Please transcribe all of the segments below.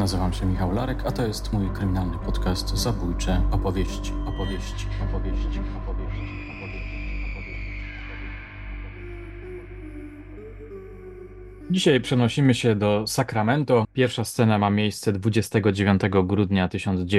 Nazywam się Michał Larek, a to jest mój kryminalny podcast Zabójcze opowieści. Dzisiaj przenosimy się do Sacramento. Pierwsza scena ma miejsce 29 grudnia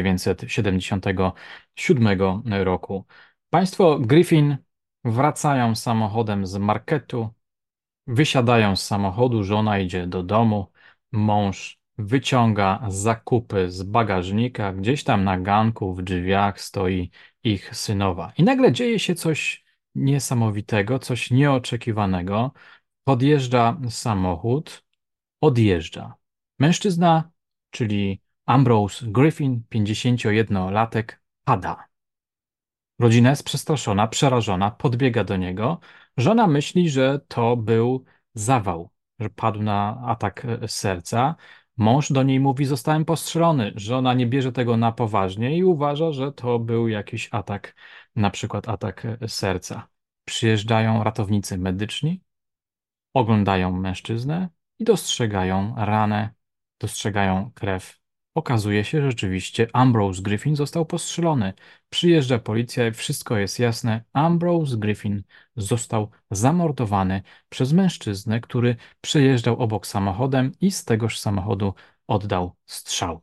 1977 roku. Państwo Griffin wracają samochodem z marketu, wysiadają z samochodu, żona idzie do domu, mąż wyciąga zakupy z bagażnika, gdzieś tam na ganku w drzwiach stoi ich synowa. I nagle dzieje się coś niesamowitego, coś nieoczekiwanego. Podjeżdża samochód, odjeżdża. Mężczyzna, czyli Ambrose Griffin, 51-latek, pada. Rodzina jest przestraszona, przerażona, podbiega do niego. Żona myśli, że to był zawał, że padł na atak serca. Mąż do niej mówi: zostałem postrzelony. Żona nie bierze tego na poważnie i uważa, że to był jakiś atak, na przykład atak serca. Przyjeżdżają ratownicy medyczni, oglądają mężczyznę i dostrzegają ranę, dostrzegają krew. Okazuje się, że rzeczywiście Ambrose Griffin został postrzelony. Przyjeżdża policja i wszystko jest jasne. Ambrose Griffin został zamordowany przez mężczyznę, który przejeżdżał obok samochodem i z tegoż samochodu oddał strzał.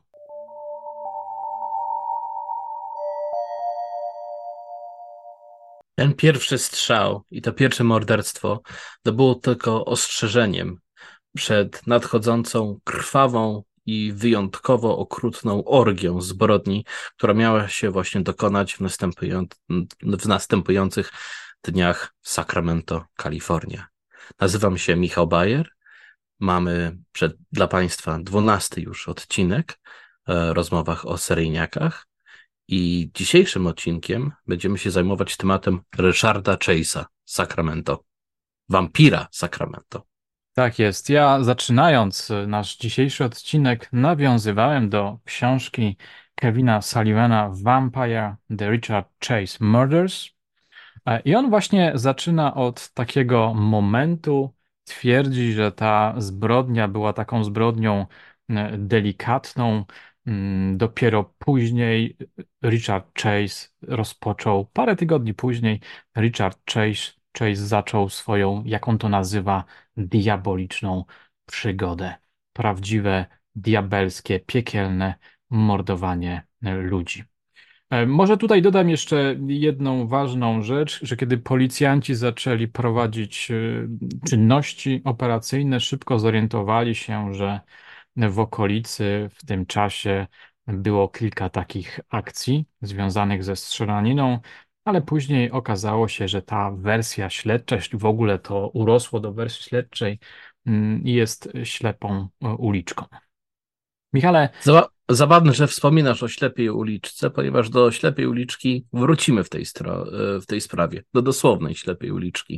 Ten pierwszy strzał i to pierwsze morderstwo to było tylko ostrzeżeniem przed nadchodzącą krwawą i wyjątkowo okrutną orgią zbrodni, która miała się właśnie dokonać w następujących dniach w Sacramento, Kalifornia. Nazywam się Michał Bajer. Mamy dla Państwa 12 już odcinek w rozmowach o seryjniakach. I dzisiejszym odcinkiem będziemy się zajmować tematem Richarda Chase'a, Sacramento. Wampira Sacramento. Tak jest. Ja zaczynając nasz dzisiejszy odcinek nawiązywałem do książki Kevina Sullivana Vampire: The Richard Chase Murders. I on właśnie zaczyna od takiego momentu, twierdzi, że ta zbrodnia była taką zbrodnią delikatną. Dopiero później Richard Chase rozpoczął, parę tygodni później Richard Chase zaczął swoją, jak on to nazywa, diaboliczną przygodę. Prawdziwe, diabelskie, piekielne mordowanie ludzi. Może tutaj dodam jeszcze jedną ważną rzecz, że kiedy policjanci zaczęli prowadzić czynności operacyjne, szybko zorientowali się, że w okolicy w tym czasie było kilka takich akcji związanych ze strzelaniną, ale później okazało się, że ta wersja śledcza, jeśli w ogóle to urosło do wersji śledczej, jest ślepą uliczką. Michale, Zabawne, że wspominasz o ślepej uliczce, ponieważ do ślepej uliczki wrócimy w tej sprawie, do dosłownej ślepej uliczki.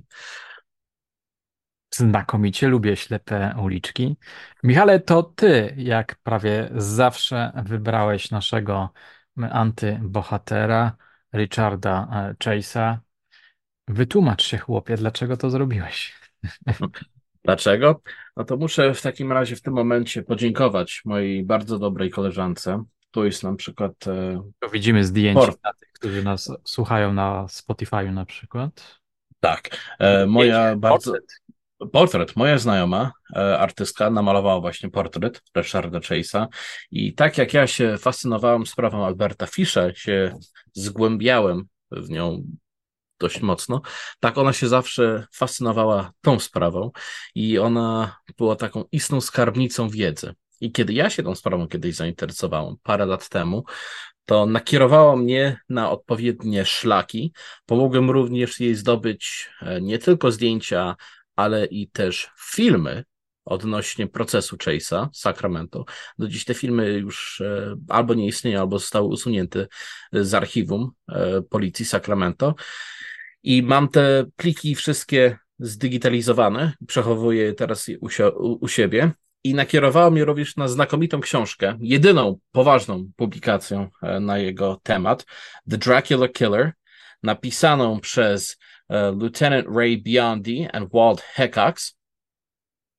znakomicie lubię ślepe uliczki. Michale, to ty, jak prawie zawsze, wybrałeś naszego antybohatera, Richarda Chase'a. Wytłumacz się, chłopie, dlaczego to zrobiłeś? Dlaczego? No to muszę w takim razie w tym momencie podziękować mojej bardzo dobrej koleżance. Tu jest na przykład To widzimy zdjęcie dla tych, którzy nas słuchają na Spotify'u na przykład. tak, Portret. portret. Moja znajoma, artystka, namalowała właśnie portret Richarda Chase'a i tak jak ja się fascynowałem sprawą Alberta Fisha, się zgłębiałem w nią dość mocno, tak ona się zawsze fascynowała tą sprawą i ona była taką istną skarbnicą wiedzy. I kiedy ja się tą sprawą kiedyś zainteresowałem, parę lat temu, to nakierowała mnie na odpowiednie szlaki. Pomogłem również jej zdobyć nie tylko zdjęcia, ale i też filmy odnośnie procesu Chase'a, Sacramento. Do dziś te filmy już albo nie istnieją, albo zostały usunięte z archiwum policji Sacramento. I mam te pliki wszystkie zdigitalizowane, przechowuję je teraz u siebie. I nakierowała mnie również na znakomitą książkę, jedyną poważną publikacją na jego temat, The Dracula Killer, napisaną przez Lieutenant Ray Biondi and Walt Heckox.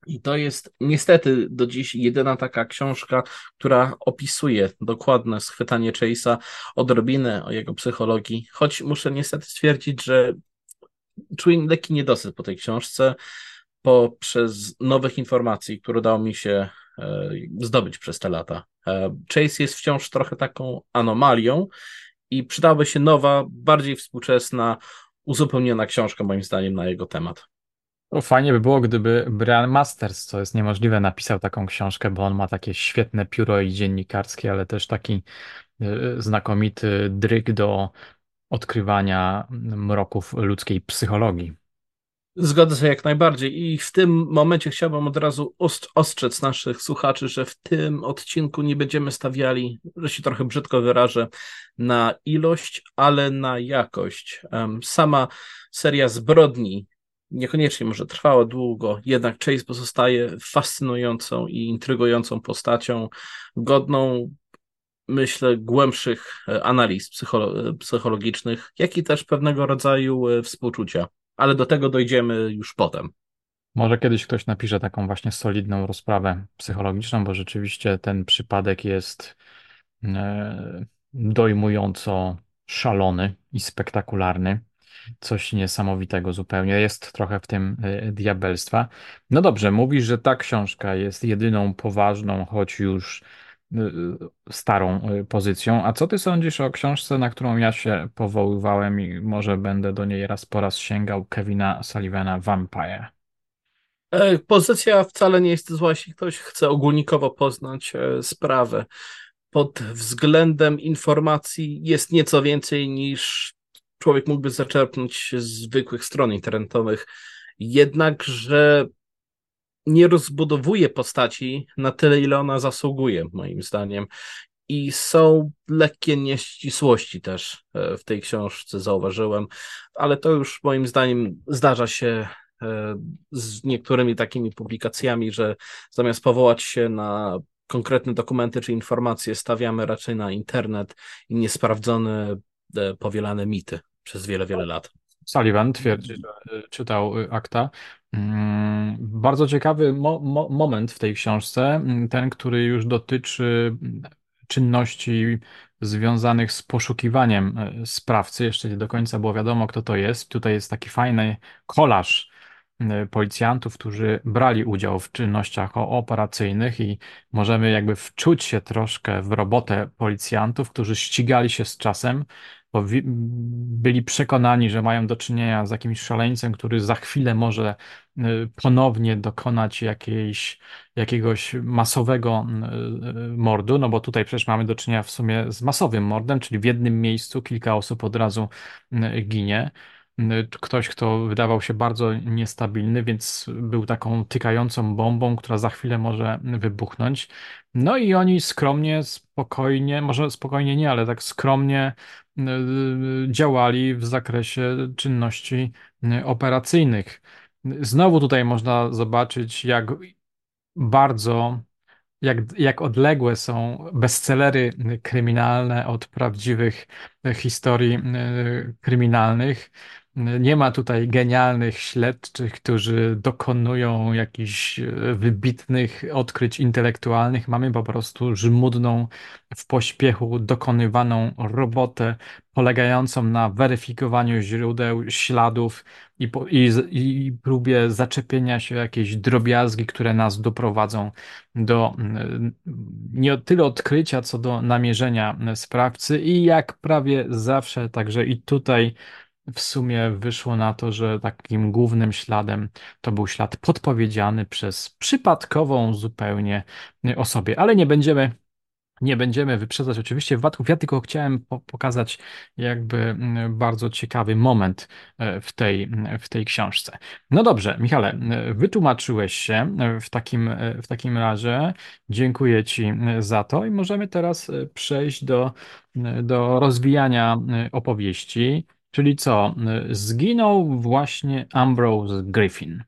I to jest niestety do dziś jedyna taka książka, która opisuje dokładne schwytanie Chase'a, odrobinę o jego psychologii, choć muszę niestety stwierdzić, że czuję lekki niedosyt po tej książce, poprzez nowych informacji, które udało mi się zdobyć przez te lata. Chase jest wciąż trochę taką anomalią i przydałaby się nowa, bardziej współczesna, uzupełniona książka moim zdaniem na jego temat. Fajnie by było, gdyby Brian Masters, co jest niemożliwe, napisał taką książkę, bo on ma takie świetne pióro i dziennikarskie, ale też taki znakomity dryg do odkrywania mroków ludzkiej psychologii. Zgodzę się jak najbardziej i w tym momencie chciałbym od razu ostrzec naszych słuchaczy, że w tym odcinku nie będziemy stawiali, że się trochę brzydko wyrażę, na ilość, ale na jakość. Sama seria zbrodni niekoniecznie może trwała długo, jednak Chase pozostaje fascynującą i intrygującą postacią, godną, myślę, głębszych analiz psychologicznych, jak i też pewnego rodzaju współczucia. Ale do tego dojdziemy już potem. Może kiedyś ktoś napisze taką właśnie solidną rozprawę psychologiczną, bo rzeczywiście ten przypadek jest dojmująco szalony i spektakularny. Coś niesamowitego zupełnie. Jest trochę w tym diabelstwa. No dobrze, mówisz, że ta książka jest jedyną poważną, choć już starą pozycją. A co ty sądzisz o książce, na którą ja się powoływałem i może będę do niej raz po raz sięgał, Kevina Sullivana Vampire? Pozycja wcale nie jest zła, jeśli ktoś chce ogólnikowo poznać sprawę. Pod względem informacji jest nieco więcej niż człowiek mógłby zaczerpnąć z zwykłych stron internetowych. Jednakże nie rozbudowuje postaci na tyle, ile ona zasługuje, moim zdaniem. I są lekkie nieścisłości też w tej książce, zauważyłem, ale to już moim zdaniem zdarza się z niektórymi takimi publikacjami, że zamiast powołać się na konkretne dokumenty czy informacje, stawiamy raczej na internet i niesprawdzone, powielane mity przez wiele, wiele lat. Sullivan twierdzi, że czytał akta. Bardzo ciekawy moment w tej książce, ten, który już dotyczy czynności związanych z poszukiwaniem sprawcy. Jeszcze nie do końca było wiadomo, kto to jest. Tutaj jest taki fajny kolaż policjantów, którzy brali udział w czynnościach operacyjnych i możemy jakby wczuć się troszkę w robotę policjantów, którzy ścigali się z czasem, bo byli przekonani, że mają do czynienia z jakimś szaleńcem, który za chwilę może ponownie dokonać jakiegoś masowego mordu, no bo tutaj przecież mamy do czynienia w sumie z masowym mordem, czyli w jednym miejscu kilka osób od razu ginie. Ktoś, kto wydawał się bardzo niestabilny, więc był taką tykającą bombą, która za chwilę może wybuchnąć. No i oni skromnie, spokojnie, może spokojnie nie, ale tak skromnie działali w zakresie czynności operacyjnych. Znowu tutaj można zobaczyć, bardzo jak odległe są bestsellery kryminalne od prawdziwych historii kryminalnych. Nie ma tutaj genialnych śledczych, którzy dokonują jakichś wybitnych odkryć intelektualnych. Mamy po prostu żmudną, w pośpiechu dokonywaną robotę polegającą na weryfikowaniu źródeł, śladów i próbie zaczepienia się o jakieś drobiazgi, które nas doprowadzą do nie tyle odkrycia, co do namierzenia sprawcy i jak prawie zawsze, także i tutaj w sumie wyszło na to, że takim głównym śladem to był ślad podpowiedziany przez przypadkową zupełnie osobę, ale nie będziemy wyprzedzać oczywiście wypadków. Ja tylko chciałem pokazać jakby bardzo ciekawy moment w tej książce. No dobrze, Michale, wytłumaczyłeś się w takim razie. Dziękuję Ci za to i możemy teraz przejść do rozwijania opowieści. Czyli co? Zginął właśnie Ambrose Griffin.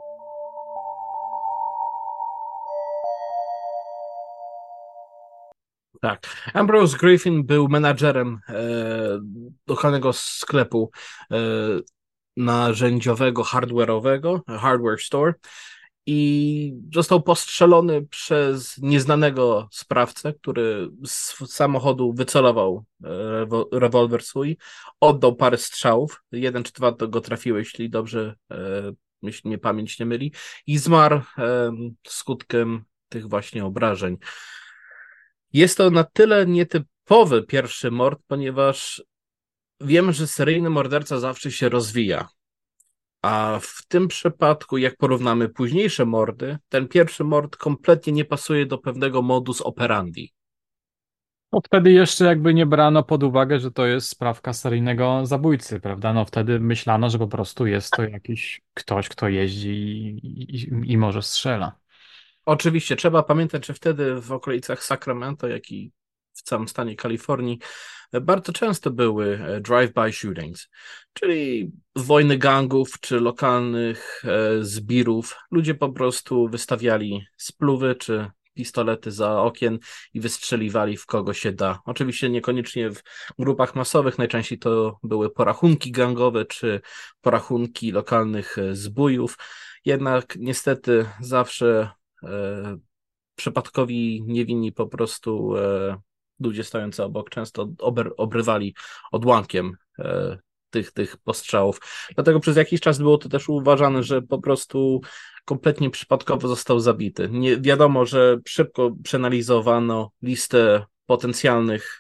Tak. Ambrose Griffin był menadżerem lokalnego sklepu narzędziowego, hardware'owego, hardware store i został postrzelony przez nieznanego sprawcę, który z samochodu wycelował rewolwer swój, oddał parę strzałów, jeden czy dwa go trafiły, jeśli dobrze, jeśli mnie pamięć nie myli, i zmarł skutkiem tych właśnie obrażeń. Jest to na tyle nietypowy pierwszy mord, ponieważ wiemy, że seryjny morderca zawsze się rozwija. A w tym przypadku, jak porównamy późniejsze mordy, ten pierwszy mord kompletnie nie pasuje do pewnego modus operandi. No wtedy jeszcze jakby nie brano pod uwagę, że to jest sprawka seryjnego zabójcy, prawda? No wtedy myślano, że po prostu jest to jakiś ktoś, kto jeździ i może strzela. Oczywiście trzeba pamiętać, że wtedy w okolicach Sacramento, jak i w całym stanie Kalifornii, bardzo często były drive-by shootings, czyli wojny gangów czy lokalnych zbirów. Ludzie po prostu wystawiali spluwy czy pistolety za okien i wystrzeliwali w kogo się da. Oczywiście niekoniecznie w grupach masowych, najczęściej to były porachunki gangowe czy porachunki lokalnych zbójów. Jednak niestety zawsze przypadkowi niewinni po prostu ludzie stojący obok często obrywali odłamkiem tych postrzałów. Dlatego przez jakiś czas było to też uważane, że po prostu kompletnie przypadkowo został zabity. Nie, wiadomo, że szybko przeanalizowano listę potencjalnych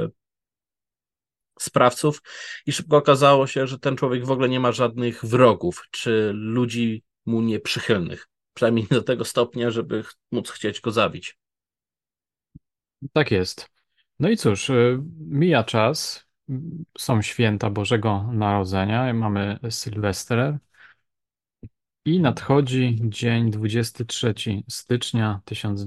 sprawców i szybko okazało się, że ten człowiek w ogóle nie ma żadnych wrogów czy ludzi mu nieprzychylnych. Przynajmniej do tego stopnia, żeby móc chcieć go zabić. Tak jest. No i cóż, mija czas, są święta Bożego Narodzenia, mamy Sylwestrę i nadchodzi dzień 23 stycznia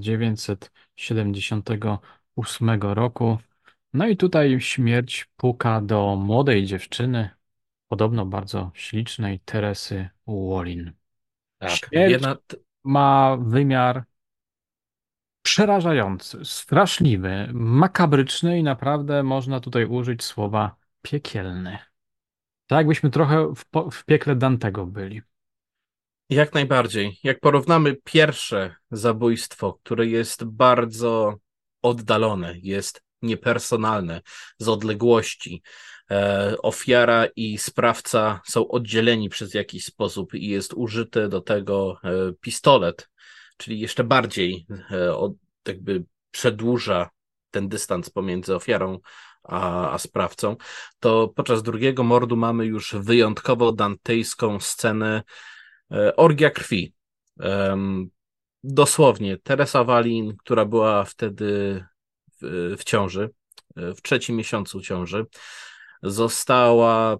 1978 roku. No i tutaj śmierć puka do młodej dziewczyny, podobno bardzo ślicznej Teresy Wallin. Tak, Śmierć ma wymiar przerażający, straszliwy, makabryczny i naprawdę można tutaj użyć słowa piekielny. Tak jakbyśmy trochę w piekle Dantego byli. jak najbardziej. Jak porównamy pierwsze zabójstwo, które jest bardzo oddalone, jest niepersonalne, z odległości. Ofiara i sprawca są oddzieleni przez jakiś sposób i jest użyty do tego pistolet, czyli jeszcze bardziej jakby przedłuża ten dystans pomiędzy ofiarą a sprawcą. To podczas drugiego mordu mamy już wyjątkowo dantejską scenę orgia krwi. Dosłownie, Teresa Wallin, która była wtedy w ciąży, w trzecim miesiącu ciąży, została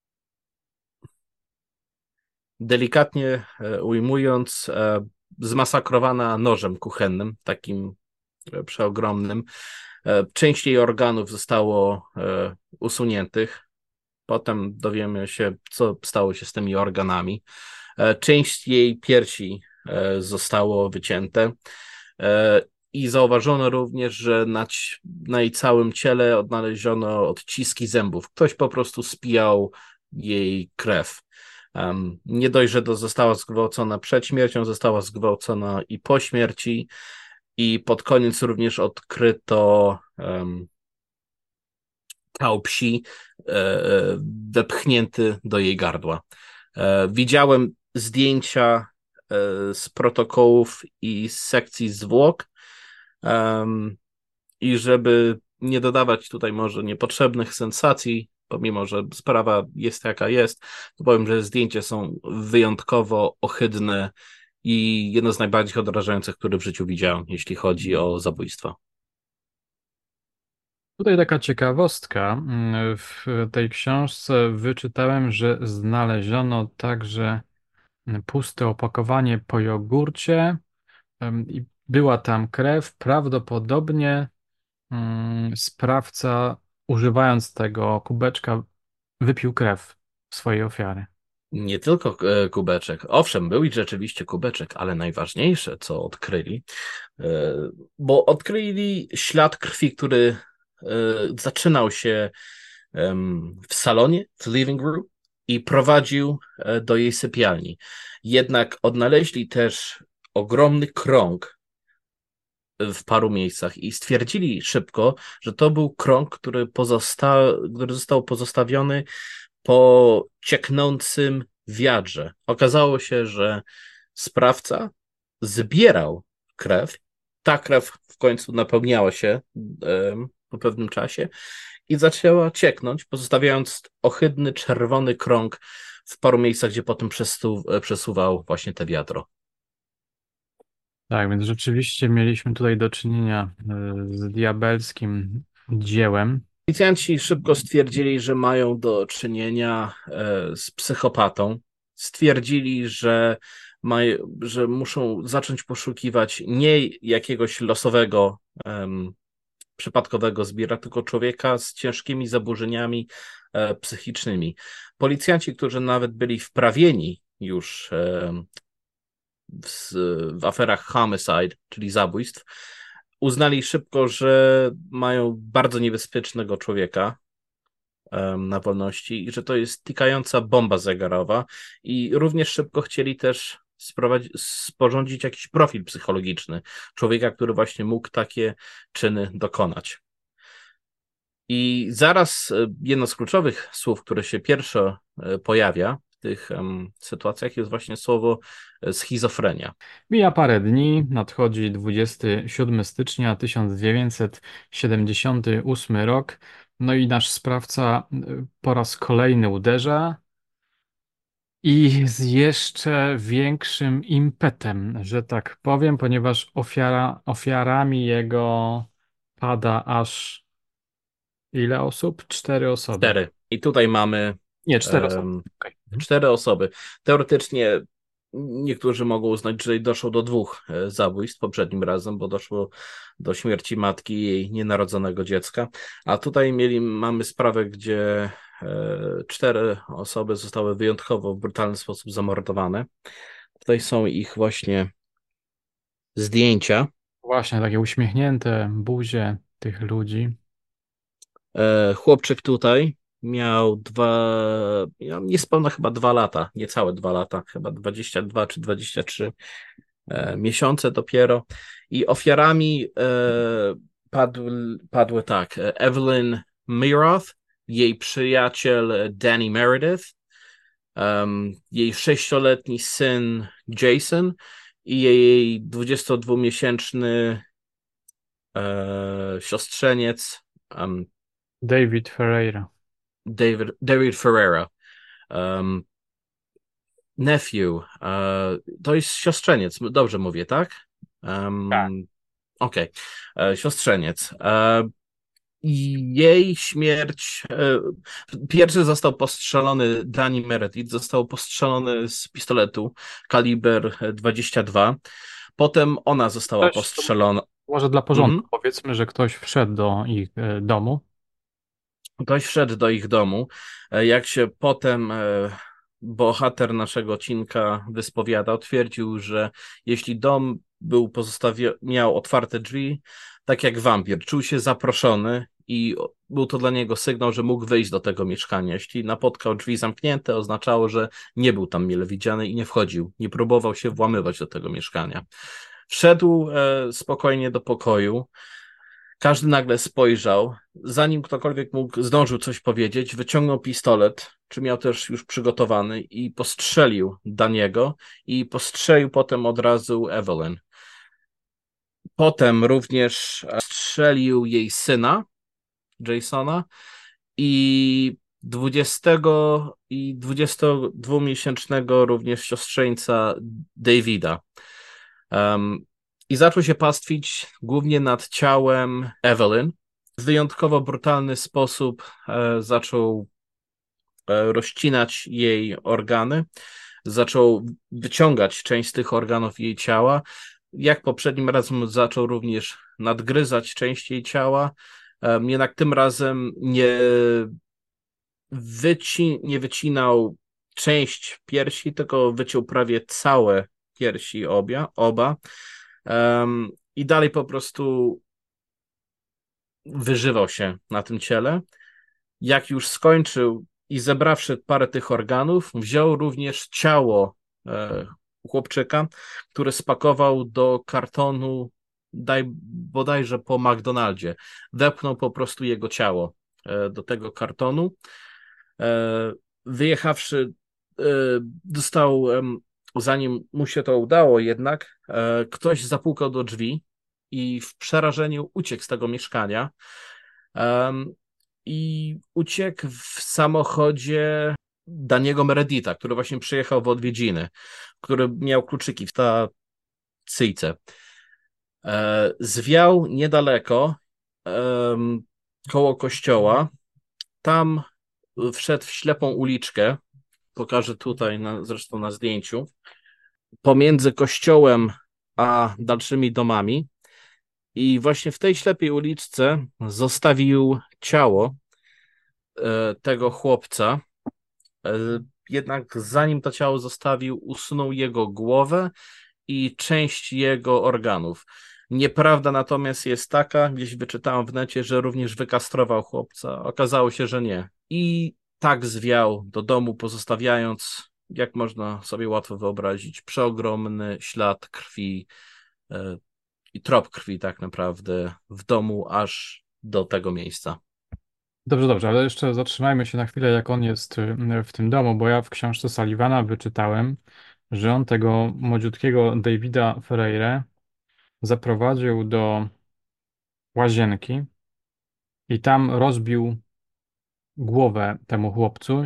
delikatnie ujmując zmasakrowana nożem kuchennym, takim przeogromnym. Część jej organów zostało usuniętych. Potem dowiemy się, co stało się z tymi organami. Część jej piersi zostało wycięte i zauważono również, że na jej całym ciele odnaleziono odciski zębów. Ktoś po prostu spijał jej krew. Nie dość, że została zgwałcona przed śmiercią, została zgwałcona i po śmierci i pod koniec również odkryto kał psi wepchnięty do jej gardła. Widziałem zdjęcia z protokołów i z sekcji zwłok i żeby nie dodawać tutaj może niepotrzebnych sensacji, pomimo że sprawa jest jaka jest, to powiem, że zdjęcia są wyjątkowo ohydne i jedno z najbardziej odrażających, które w życiu widziałem, jeśli chodzi o zabójstwa. Tutaj taka ciekawostka. W tej książce wyczytałem, że znaleziono także puste opakowanie po jogurcie i była tam krew. Prawdopodobnie sprawca, używając tego kubeczka, wypił krew swojej ofiary. Nie tylko kubeczek. Owszem, był i rzeczywiście kubeczek, ale najważniejsze, co odkryli, e, bo odkryli ślad krwi, który zaczynał się w salonie, w living room, i prowadził do jej sypialni. Jednak odnaleźli też ogromny krąg w paru miejscach i stwierdzili szybko, że to był krąg, który został pozostawiony po cieknącym wiadrze. Okazało się, że sprawca zbierał krew. Ta krew w końcu napełniała się po pewnym czasie i zaczęła cieknąć, pozostawiając ohydny czerwony krąg w paru miejscach, gdzie potem przesuwał właśnie te wiadro. Tak, więc rzeczywiście mieliśmy tutaj do czynienia z diabelskim dziełem. Policjanci szybko stwierdzili, że mają do czynienia z psychopatą. Stwierdzili, że muszą zacząć poszukiwać nie jakiegoś losowego, przypadkowego zbiera, tylko człowieka z ciężkimi zaburzeniami psychicznymi. Policjanci, którzy nawet byli wprawieni już w aferach homicide, czyli zabójstw, uznali szybko, że mają bardzo niebezpiecznego człowieka na wolności i że to jest tikająca bomba zegarowa i również szybko chcieli też sporządzić jakiś profil psychologiczny człowieka, który właśnie mógł takie czyny dokonać. I zaraz jedno z kluczowych słów, które się pierwsze pojawia w tych sytuacjach, jest właśnie słowo schizofrenia. Mija parę dni, nadchodzi 27 stycznia 1978 rok, no i nasz sprawca po raz kolejny uderza i z jeszcze większym impetem, że tak powiem, ponieważ ofiarami jego pada aż ile osób? Cztery osoby. Cztery. I tutaj mamy Nie, cztery osoby. Okej. Mhm. cztery osoby. Teoretycznie niektórzy mogą uznać, że doszło do dwóch zabójstw poprzednim razem, bo doszło do śmierci matki i jej nienarodzonego dziecka. A tutaj mamy sprawę, gdzie cztery osoby zostały wyjątkowo w brutalny sposób zamordowane. Tutaj są ich właśnie zdjęcia. Właśnie, takie uśmiechnięte buzie tych ludzi. Chłopczyk tutaj miał niespełna chyba 2 lata, niecałe 2 lata, chyba 22 czy 23 miesiące dopiero. I ofiarami padły tak, Evelyn Miroth, jej przyjaciel Danny Meredith, jej 6-letni syn Jason i jej 22-miesięczny siostrzeniec David Ferreira. David Ferreira. Nephew. To jest siostrzeniec, dobrze mówię, tak? Tak. Okej. Siostrzeniec. I jej śmierć. Pierwszy został postrzelony, Danny Meredith został postrzelony z pistoletu kaliber 22. Potem ona została Ktoś, to postrzelona. może dla Mhm. porządku, powiedzmy, że ktoś wszedł do ich domu. Ktoś wszedł do ich domu. Jak się potem bohater naszego odcinka wyspowiadał, twierdził, że jeśli dom miał otwarte drzwi, tak jak wampir, czuł się zaproszony i był to dla niego sygnał, że mógł wyjść do tego mieszkania. Jeśli napotkał drzwi zamknięte, oznaczało, że nie był tam mile widziany i nie wchodził, nie próbował się włamywać do tego mieszkania. Wszedł spokojnie do pokoju. Każdy nagle spojrzał, zanim ktokolwiek zdążył coś powiedzieć, wyciągnął pistolet, czy miał też już przygotowany i postrzelił Daniego i postrzelił potem od razu Evelyn. Potem również strzelił jej syna, Jasona i 22-miesięcznego również siostrzeńca Davida. I zaczął się pastwić głównie nad ciałem Evelyn. W wyjątkowo brutalny sposób zaczął rozcinać jej organy, zaczął wyciągać część z tych organów jej ciała. Jak poprzednim razem zaczął również nadgryzać część jej ciała, jednak tym razem nie wycinał część piersi, tylko wyciął prawie całe piersi oba. I dalej po prostu wyżywał się na tym ciele. Jak już skończył i zebrawszy parę tych organów, wziął również ciało e, chłopczyka, który spakował do kartonu bodajże po McDonaldzie. Wepchnął po prostu jego ciało do tego kartonu. Wyjechawszy, dostał, zanim mu się to udało jednak, ktoś zapukał do drzwi i w przerażeniu uciekł z tego mieszkania. I uciekł w samochodzie Daniego Meredita, który właśnie przyjechał w odwiedziny, który miał kluczyki w stacyjce. Zwiał niedaleko, koło kościoła. Tam wszedł w ślepą uliczkę, pokażę tutaj zresztą na zdjęciu, pomiędzy kościołem a dalszymi domami. I właśnie w tej ślepej uliczce zostawił ciało tego chłopca. Jednak zanim to ciało zostawił, usunął jego głowę i część jego organów. Nieprawda natomiast jest taka, gdzieś wyczytałem w necie, że również wykastrował chłopca. Okazało się, że nie. I tak zwiał do domu, pozostawiając, jak można sobie łatwo wyobrazić, przeogromny ślad krwi i trop krwi tak naprawdę w domu aż do tego miejsca. Dobrze, dobrze, ale jeszcze zatrzymajmy się na chwilę, jak on jest w tym domu, bo ja w książce Sullivana wyczytałem, że on tego młodziutkiego Davida Ferreira zaprowadził do łazienki i tam rozbił głowę temu chłopcu,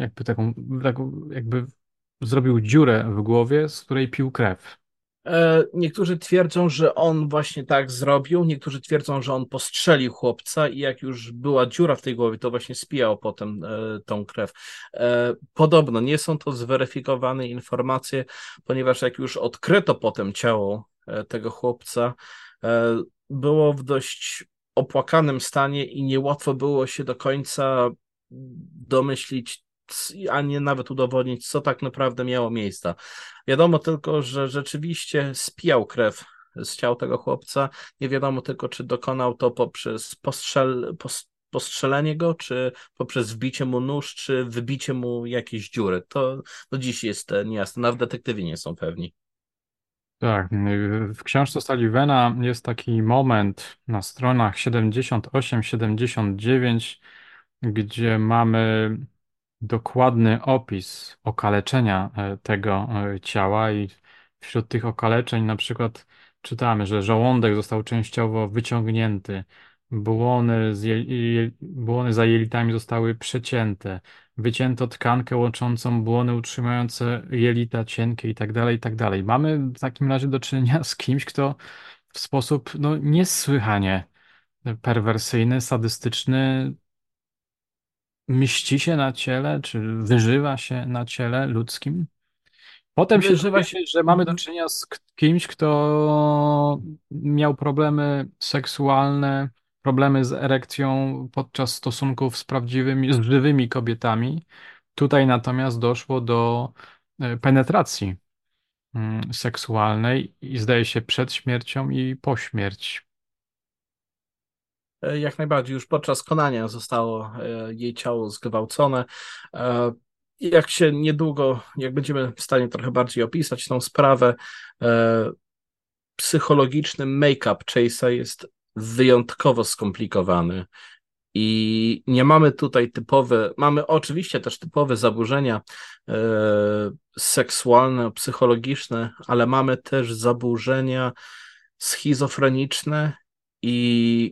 jakby zrobił dziurę w głowie, z której pił krew. Niektórzy twierdzą, że on właśnie tak zrobił, niektórzy twierdzą, że on postrzelił chłopca i jak już była dziura w tej głowie, to właśnie spijał potem tą krew. Podobno nie są to zweryfikowane informacje, ponieważ jak już odkryto potem ciało tego chłopca, było w dość opłakanym stanie i niełatwo było się do końca domyślić, a nie nawet udowodnić, co tak naprawdę miało miejsce. Wiadomo tylko, że rzeczywiście spijał krew z ciał tego chłopca. Nie wiadomo tylko, czy dokonał to poprzez postrzelenie go, czy poprzez wbicie mu nóż, czy wybicie mu jakiejś dziury. To do dziś jest niejasne. Nawet detektywi nie są pewni. Tak, w książce Sullivana jest taki moment na stronach 78-79, gdzie mamy dokładny opis okaleczenia tego ciała i wśród tych okaleczeń na przykład czytamy, że żołądek został częściowo wyciągnięty, błony za jelitami zostały przecięte, wycięto tkankę łączącą błony utrzymujące jelita cienkie i tak dalej, i tak dalej. Mamy w takim razie do czynienia z kimś, kto w sposób no, niesłychanie perwersyjny, sadystyczny mści się na ciele, czy wyżywa się na ciele ludzkim. Potem się Wyżywa się. dowiemy, że mamy do czynienia z kimś, kto miał problemy seksualne, problemy z erekcją podczas stosunków z z żywymi kobietami. Tutaj natomiast doszło do penetracji seksualnej i zdaje się przed śmiercią i po śmierci. Jak najbardziej, już podczas konania zostało jej ciało zgwałcone. Jak się niedługo, jak będziemy w stanie trochę bardziej opisać tą sprawę, e, psychologiczny make-up Chase'a jest wyjątkowo skomplikowany. I nie mamy tutaj mamy oczywiście też typowe zaburzenia seksualne, psychologiczne, ale mamy też zaburzenia schizofreniczne i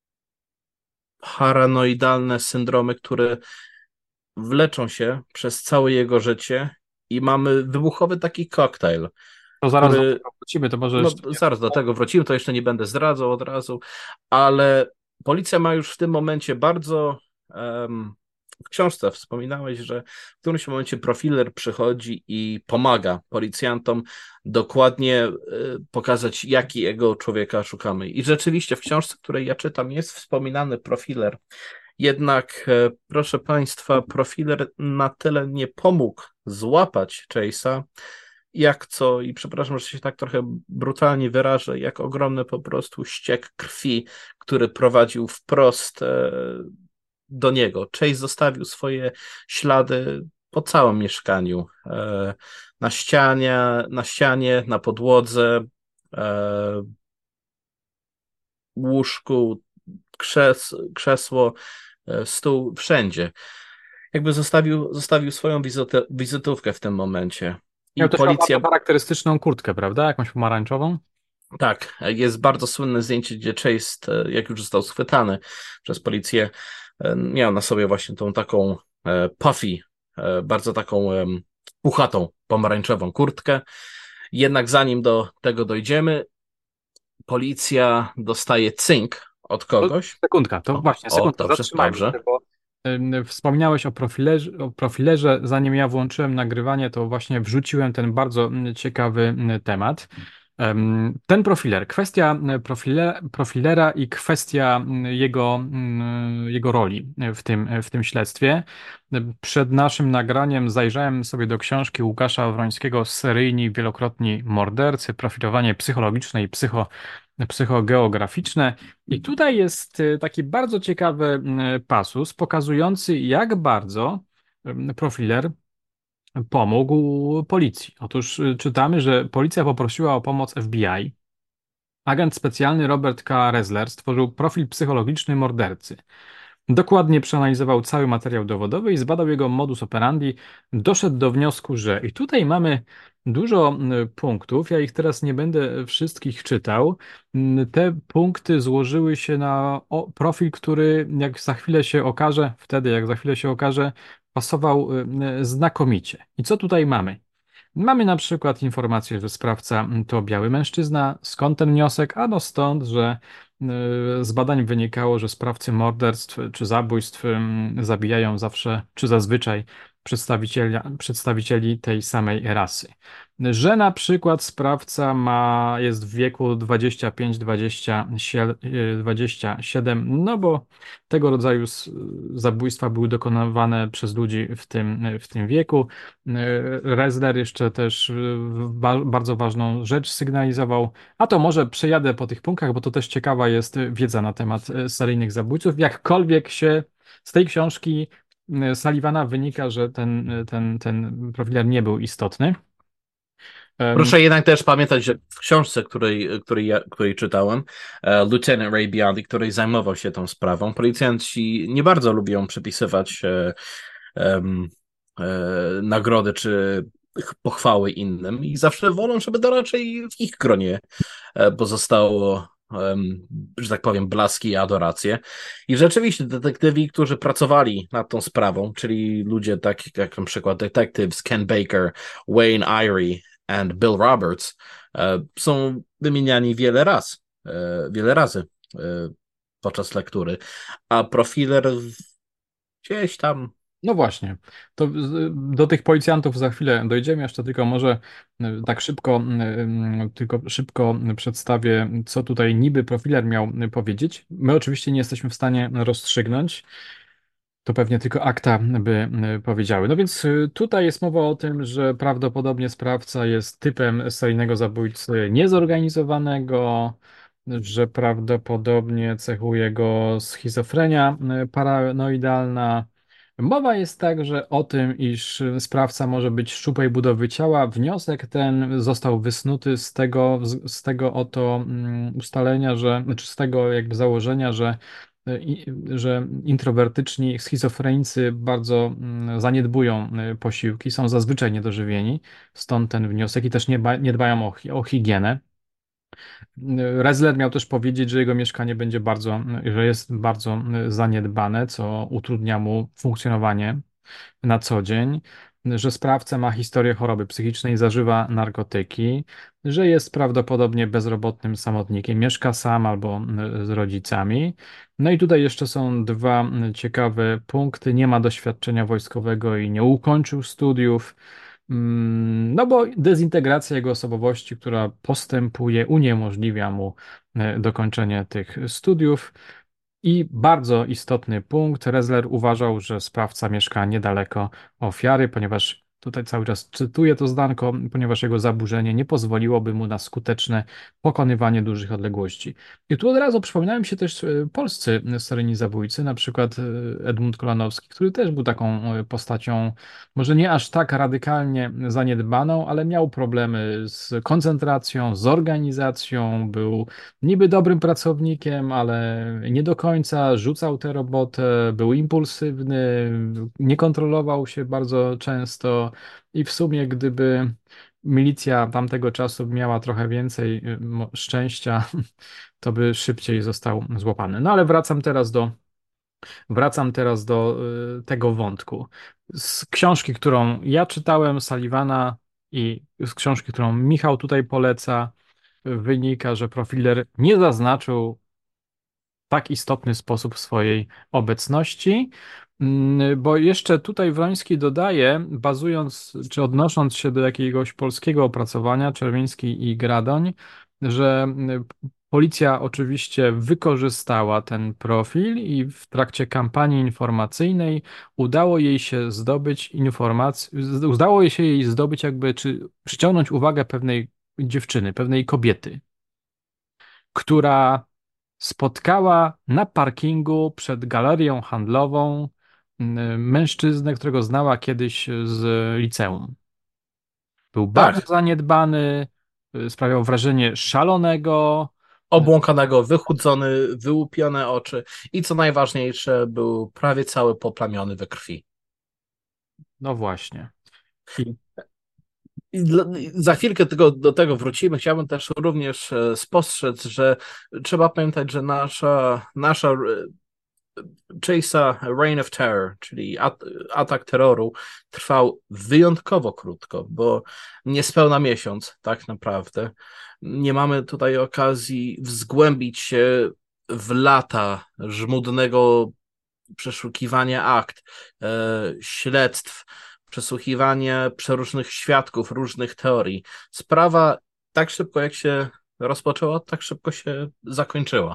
paranoidalne syndromy, które wleczą się przez całe jego życie i mamy wybuchowy taki koktajl, To zaraz do który, tego wrócimy, to może no jeszcze nie. zaraz do tego wrócimy, to jeszcze nie będę zdradzał od razu, ale policja ma już w tym momencie bardzo, w książce wspominałeś, że w którymś momencie profiler przychodzi i pomaga policjantom dokładnie pokazać, jakiego człowieka szukamy. I rzeczywiście w książce, której ja czytam, jest wspominany profiler. Jednak, proszę Państwa, profiler na tyle nie pomógł złapać Chase'a, jak co, i przepraszam, że się tak trochę brutalnie wyrażę, jak ogromny po prostu ściek krwi, który prowadził wprost do niego. Chase zostawił swoje ślady po całym mieszkaniu. Na ścianie, na podłodze, łóżku, krzesło, stół, wszędzie. Jakby zostawił swoją wizytówkę w tym momencie. Miał I też miał policja, bardzo charakterystyczną kurtkę, prawda? Jakąś pomarańczową? tak, jest bardzo słynne zdjęcie, gdzie Chase, jak już został schwytany przez policję, miał na sobie właśnie tą taką puffy, bardzo taką puchatą pomarańczową kurtkę. Jednak zanim do tego dojdziemy, policja dostaje cynk od To kogoś. sekundka, to właśnie, sekundka, Dobrze, zatrzymajmy dobrze. się, bo wspomniałeś o profilerze. Zanim ja włączyłem nagrywanie, to właśnie wrzuciłem ten bardzo ciekawy temat. Ten profiler, kwestia profilera i kwestia jego roli w tym śledztwie. Przed naszym nagraniem zajrzałem sobie do książki Łukasza Wrońskiego Seryjni, wielokrotni mordercy, profilowanie psychologiczne i psychogeograficzne. I tutaj jest taki bardzo ciekawy pasus pokazujący, jak bardzo profiler pomógł policji. Otóż czytamy, że policja poprosiła o pomoc FBI. Agent specjalny Robert K. Ressler stworzył profil psychologiczny mordercy. Dokładnie przeanalizował cały materiał dowodowy i zbadał jego modus operandi. Doszedł do wniosku, że i tutaj mamy dużo punktów. Ja ich teraz nie będę wszystkich czytał. Te punkty złożyły się na profil, który jak za chwilę się okaże, wtedy jak za chwilę się okaże, pasował znakomicie. I co tutaj mamy? Mamy na przykład informację, że sprawca to biały mężczyzna. Skąd ten wniosek? Ano stąd, że z badań wynikało, że sprawcy morderstw czy zabójstw zabijają zawsze, czy zazwyczaj przedstawicieli tej samej rasy. Że na przykład sprawca jest w wieku 25-27, no bo tego rodzaju zabójstwa były dokonywane przez ludzi w tym wieku. Ressler jeszcze też bardzo ważną rzecz sygnalizował, a to może przejadę po tych punktach, bo to też ciekawa jest wiedza na temat seryjnych zabójców. Jakkolwiek się z tej książki Sullivana wynika, że ten profiler nie był istotny. Proszę jednak też pamiętać, że w książce, której czytałem, Lieutenant Ray Biondi, której zajmował się tą sprawą, policjanci nie bardzo lubią przypisywać em, nagrody czy pochwały innym i zawsze wolą, żeby to raczej w ich gronie pozostało, że tak powiem, blaski i adoracje. I rzeczywiście detektywi, którzy pracowali nad tą sprawą, czyli ludzie tak jak na przykład detectives Ken Baker, Wayne Irie and Bill Roberts, są wymieniani wiele razy podczas lektury, a profiler gdzieś tam. No właśnie, to do tych policjantów za chwilę dojdziemy, jeszcze tylko może tak szybko przedstawię, co tutaj niby profiler miał powiedzieć. My oczywiście nie jesteśmy w stanie rozstrzygnąć, to pewnie tylko akta by powiedziały. No więc tutaj jest mowa o tym, że prawdopodobnie sprawca jest typem seryjnego zabójcy niezorganizowanego, że prawdopodobnie cechuje go schizofrenia paranoidalna. Mowa jest także o tym, iż sprawca może być szczupłej budowy ciała. Wniosek ten został wysnuty z tego oto ustalenia, czy z tego jakby założenia, że introwertyczni schizofrenicy bardzo zaniedbują posiłki, są zazwyczaj niedożywieni, stąd ten wniosek i też nie dbają o higienę. Ressler miał też powiedzieć, że jego mieszkanie że jest bardzo zaniedbane, co utrudnia mu funkcjonowanie na co dzień, że sprawca ma historię choroby psychicznej, zażywa narkotyki, że jest prawdopodobnie bezrobotnym samotnikiem, mieszka sam albo z rodzicami. No i tutaj jeszcze są dwa ciekawe punkty. Nie ma doświadczenia wojskowego i nie ukończył studiów. No bo dezintegracja jego osobowości, która postępuje, uniemożliwia mu dokończenie tych studiów. I bardzo istotny punkt, Ressler uważał, że sprawca mieszka niedaleko ofiary, ponieważ Tutaj cały czas cytuję to zdanko, ponieważ jego zaburzenie nie pozwoliłoby mu na skuteczne pokonywanie dużych odległości. I tu od razu przypominają się też polscy seryjni zabójcy, na przykład Edmund Kolanowski, który też był taką postacią, może nie aż tak radykalnie zaniedbaną, ale miał problemy z koncentracją, z organizacją, był niby dobrym pracownikiem, ale nie do końca rzucał tę robotę, był impulsywny, nie kontrolował się bardzo często i w sumie gdyby milicja tamtego czasu miała trochę więcej szczęścia, to by szybciej został złapany. No ale wracam teraz do tego wątku. Z książki, którą ja czytałem, Sullivana, i z książki, którą Michał tutaj poleca, wynika, że profiler nie zaznaczył tak istotny sposób swojej obecności. Bo jeszcze tutaj Wroński dodaje, bazując czy odnosząc się do jakiegoś polskiego opracowania, Czerwiński i Gradoń, że policja oczywiście wykorzystała ten profil i w trakcie kampanii informacyjnej udało się jej zdobyć jakby, czy przyciągnąć uwagę pewnej dziewczyny, pewnej kobiety, która spotkała na parkingu przed galerią handlową mężczyznę, którego znała kiedyś z liceum. Był bardzo Tak, zaniedbany, sprawiał wrażenie szalonego. y, obłąkanego, wychudzony, wyłupione oczy i co najważniejsze, był prawie cały poplamiony we krwi. No właśnie. I I za chwilkę do tego wrócimy. Chciałbym też również spostrzec, że trzeba pamiętać, że nasza Chase'a Reign of Terror, czyli atak terroru, trwał wyjątkowo krótko, bo niespełna miesiąc tak naprawdę. Nie mamy tutaj okazji wzgłębić się w lata żmudnego przeszukiwania akt, śledztw, przesłuchiwanie przeróżnych świadków, różnych teorii. Sprawa tak szybko jak się rozpoczęła, tak szybko się zakończyła.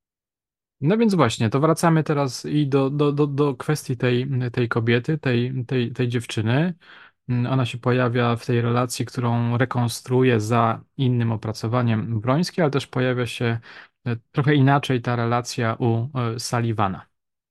no więc właśnie, to wracamy teraz i do kwestii tej kobiety, tej dziewczyny. Ona się pojawia w tej relacji, którą rekonstruuje za innym opracowaniem Wroński, ale też pojawia się trochę inaczej ta relacja u Sullivana.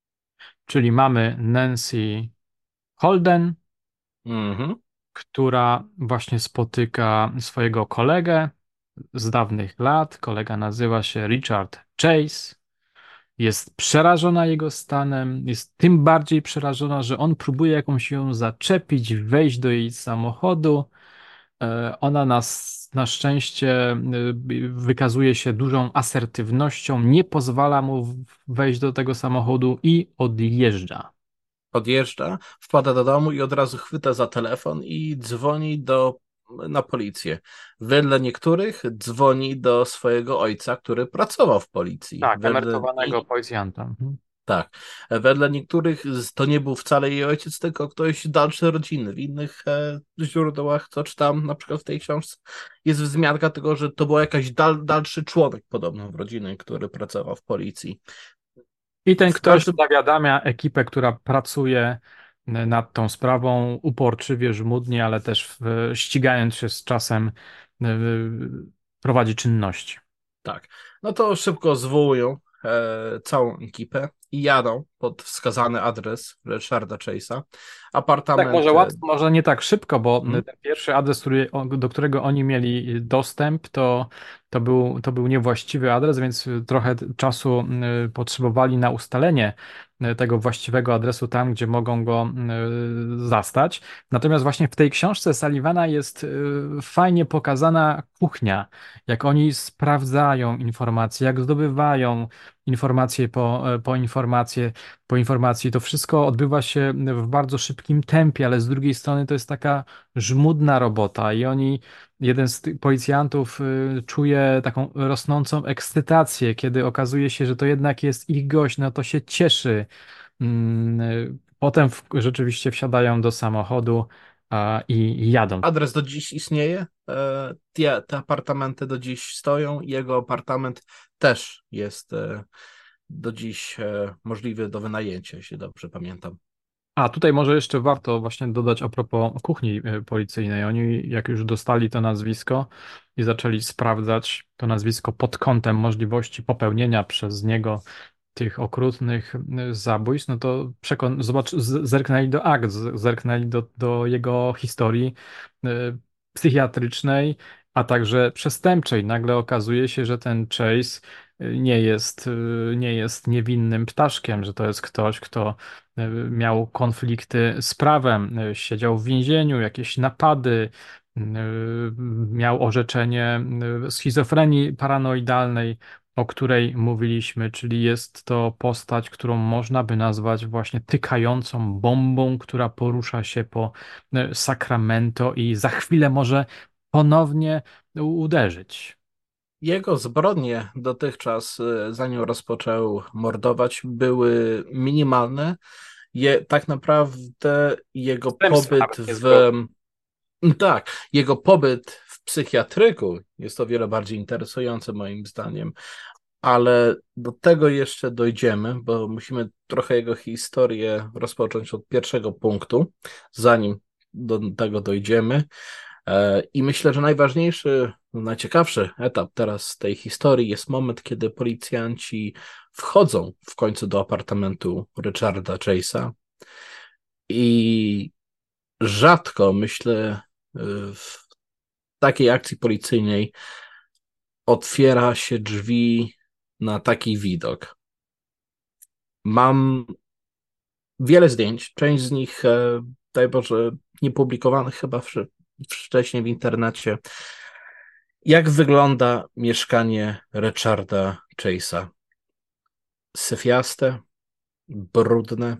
Czyli mamy Nancy Holden, Mhm. która właśnie spotyka swojego kolegę z dawnych lat. Kolega nazywa się Richard Chase. Jest przerażona jego stanem, jest tym bardziej przerażona, że on próbuje jakąś ją zaczepić, wejść do jej samochodu. Ona na szczęście wykazuje się dużą asertywnością, nie pozwala mu wejść do tego samochodu i odjeżdża. Odjeżdża, wpada do domu i od razu chwyta za telefon i dzwoni na policję. Wedle niektórych dzwoni do swojego ojca, który pracował w policji. Tak, emerytowanego policjanta. Mhm. Tak. Wedle niektórych to nie był wcale jej ojciec, tylko ktoś dalszy rodziny. W innych źródłach, co czytam, na przykład w tej książce, jest wzmianka tego, że to był jakiś dalszy członek podobno w rodziny, który pracował w policji. I ten W ktoś każdym zawiadamia ekipę, która pracuje nad tą sprawą uporczywie, żmudnie, ale też ścigając się z czasem, y, prowadzi czynności. tak. No to szybko zwołują całą ekipę i jadą pod wskazany adres Richarda Chase'a. Tak, może Apartament. łatwo, może nie tak szybko, bo Mhm. ten pierwszy adres, do którego oni mieli dostęp, to był niewłaściwy adres, więc trochę czasu potrzebowali na ustalenie tego właściwego adresu tam, gdzie mogą go zastać. Natomiast właśnie w tej książce Sullivana jest fajnie pokazana kuchnia, jak oni sprawdzają informacje, jak zdobywają informacje po informacji. To wszystko odbywa się w bardzo szybkim tempie, ale z drugiej strony to jest taka żmudna robota i jeden z tych policjantów czuje taką rosnącą ekscytację, kiedy okazuje się, że to jednak jest ich gość, no to się cieszy. Potem rzeczywiście wsiadają do samochodu i jadą. Adres do dziś istnieje. Te apartamenty do dziś stoją. Jego apartament też jest do dziś możliwy do wynajęcia, jeśli dobrze pamiętam. A tutaj może jeszcze warto właśnie dodać a propos kuchni policyjnej. Oni, jak już dostali to nazwisko i zaczęli sprawdzać to nazwisko pod kątem możliwości popełnienia przez niego tych okrutnych zabójstw, no to zerknęli do akt, zerknęli do jego historii psychiatrycznej, a także przestępczej. Nagle okazuje się, że ten Chase nie jest niewinnym ptaszkiem, że to jest ktoś, kto miał konflikty z prawem, siedział w więzieniu, jakieś napady, miał orzeczenie schizofrenii paranoidalnej, o której mówiliśmy, czyli jest to postać, którą można by nazwać właśnie tykającą bombą, która porusza się po Sacramento i za chwilę może ponownie uderzyć. Jego zbrodnie dotychczas, zanim rozpoczął mordować, były minimalne. Tak naprawdę jego Przestępstwa pobyt nawet nie w zbrodni. tak, jego pobyt w psychiatryku jest o wiele bardziej interesujący moim zdaniem, ale do tego jeszcze dojdziemy, bo musimy trochę jego historię rozpocząć od pierwszego punktu, zanim do tego dojdziemy. I myślę, że najważniejszy, najciekawszy etap teraz tej historii jest moment, kiedy policjanci wchodzą w końcu do apartamentu Richarda Chase'a i rzadko, myślę, w takiej akcji policyjnej otwiera się drzwi na taki widok. Mam wiele zdjęć, część z nich, daj Boże, niepublikowanych chyba wcześniej w internecie. Jak wygląda mieszkanie Richarda Chase'a? Syfiaste, brudne,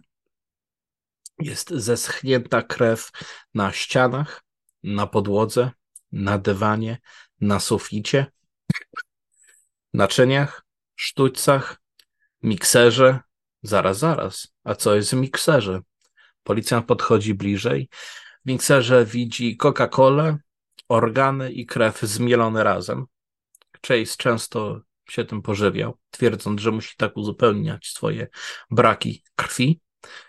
jest zeschnięta krew na ścianach, na podłodze, na dywanie, na suficie, naczyniach, sztućcach, mikserze. Zaraz, zaraz. A co jest w mikserze? Policjant podchodzi bliżej. W mikserze widzi Coca-Colę, organy i krew zmielone razem. Chase często się tym pożywiał, twierdząc, że musi tak uzupełniać swoje braki krwi.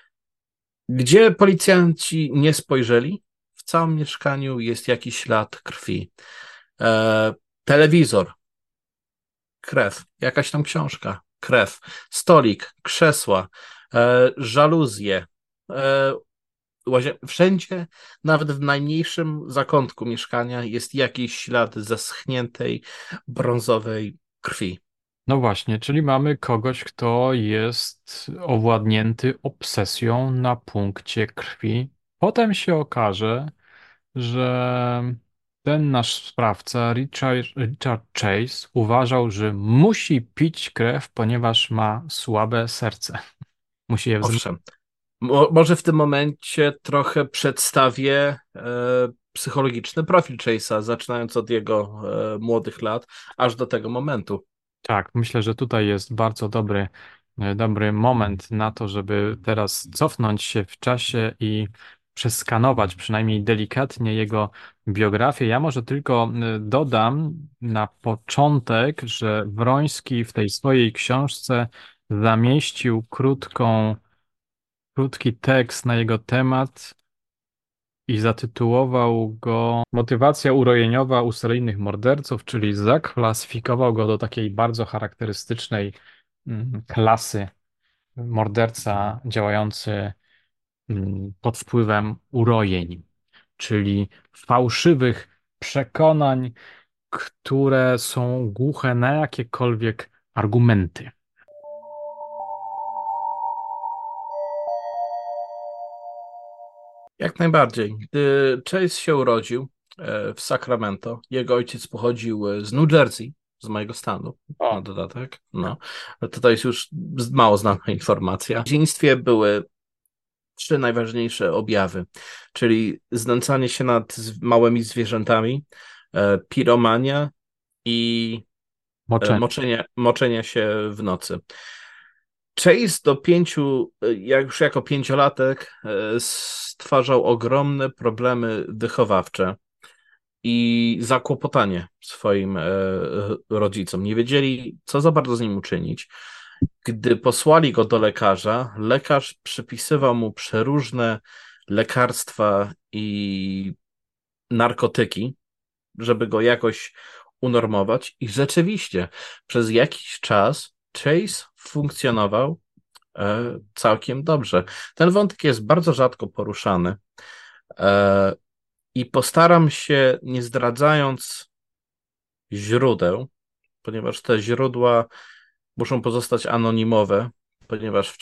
Gdzie policjanci nie spojrzeli, w całym mieszkaniu jest jakiś ślad krwi. E, telewizor, krew, jakaś tam książka, krew, stolik, krzesła, żaluzje, e, wszędzie, nawet w najmniejszym zakątku mieszkania jest jakiś ślad zeschniętej brązowej krwi. No właśnie, czyli mamy kogoś, kto jest owładnięty obsesją na punkcie krwi. Potem się okaże, że ten nasz sprawca, Richard Chase, uważał, że musi pić krew, ponieważ ma słabe serce. Musi je wzmocnić. Owszem, może w tym momencie trochę przedstawię psychologiczny profil Chase'a, zaczynając od jego młodych lat, aż do tego momentu. Tak, myślę, że tutaj jest bardzo dobry moment na to, żeby teraz cofnąć się w czasie i przeskanować przynajmniej delikatnie jego biografię. Ja może tylko dodam na początek, że Wroński w tej swojej książce zamieścił krótki tekst na jego temat i zatytułował go Motywacja urojeniowa u seryjnych morderców, czyli zaklasyfikował go do takiej bardzo charakterystycznej klasy morderca działający pod wpływem urojeń, czyli fałszywych przekonań, które są głuche na jakiekolwiek argumenty. Jak najbardziej. Gdy Chase się urodził w Sacramento, jego ojciec pochodził z New Jersey, z mojego stanu, na O, dodatek. No, to jest już mało znana informacja. W dzieciństwie były trzy najważniejsze objawy, czyli znęcanie się nad małymi zwierzętami, piromania i moczenie. moczenie się w nocy. Chase do pięciu, jak już jako pięciolatek, stwarzał ogromne problemy wychowawcze i zakłopotanie swoim rodzicom. Nie wiedzieli, co za bardzo z nim uczynić. Gdy posłali go do lekarza, lekarz przypisywał mu przeróżne lekarstwa i narkotyki, żeby go jakoś unormować. I rzeczywiście przez jakiś czas Chase funkcjonował całkiem dobrze. Ten wątek jest bardzo rzadko poruszany e, i postaram się, nie zdradzając źródeł, ponieważ te źródła muszą pozostać anonimowe, ponieważ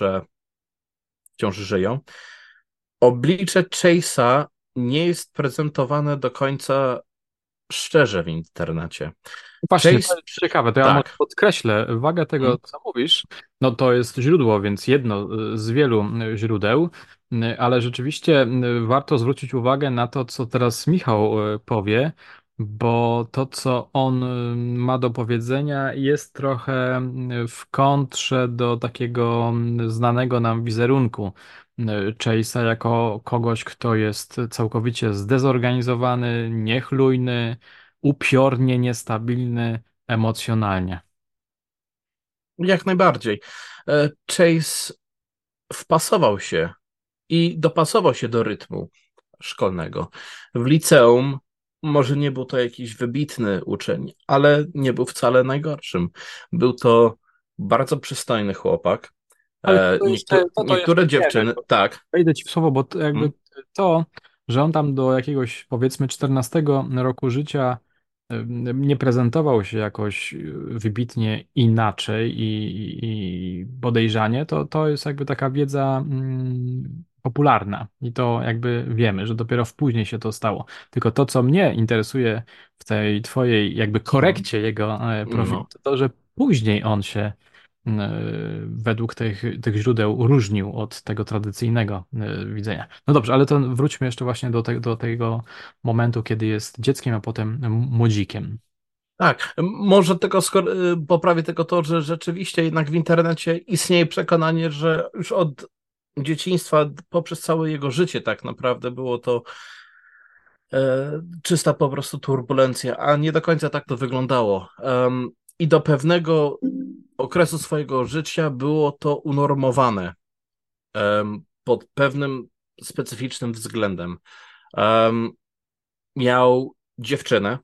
wciąż żyją. Oblicze Chase'a nie jest prezentowane do końca szczerze w internecie. Właśnie, to Chase, jest ciekawe, to ja może tak. podkreślę wagę tego, Mm, co mówisz. No to jest źródło, więc jedno z wielu źródeł, ale rzeczywiście warto zwrócić uwagę na to, co teraz Michał powie, bo to, co on ma do powiedzenia, jest trochę w kontrze do takiego znanego nam wizerunku Chase'a jako kogoś, kto jest całkowicie zdezorganizowany, niechlujny, upiornie niestabilny emocjonalnie. Jak najbardziej. Chase wpasował się i dopasował się do rytmu szkolnego. W liceum może nie był to jakiś wybitny uczeń, ale nie był wcale najgorszym. Był to bardzo przystojny chłopak. Ale to jeszcze, to jeszcze Niektóre wiemy. dziewczyny, tak. Wejdę ci w słowo, bo to jakby Mm, to, że on tam do jakiegoś powiedzmy 14 roku życia nie prezentował się jakoś wybitnie inaczej i podejrzanie, to jest jakby taka wiedza popularna i to jakby wiemy, że dopiero w później się to stało. Tylko to, co mnie interesuje w tej twojej jakby korekcie jego profilu, no. to to, że później on się według tych źródeł różnił od tego tradycyjnego widzenia. No dobrze, ale to wróćmy jeszcze właśnie do tego momentu, kiedy jest dzieckiem, a potem młodzikiem. Tak, może tylko poprawię tylko to, że rzeczywiście jednak w internecie istnieje przekonanie, że już od dzieciństwa poprzez całe jego życie tak naprawdę było to czysta po prostu turbulencja, a nie do końca tak to wyglądało. I do pewnego okresu swojego życia było to unormowane pod pewnym specyficznym względem. Em, Miał dziewczynę,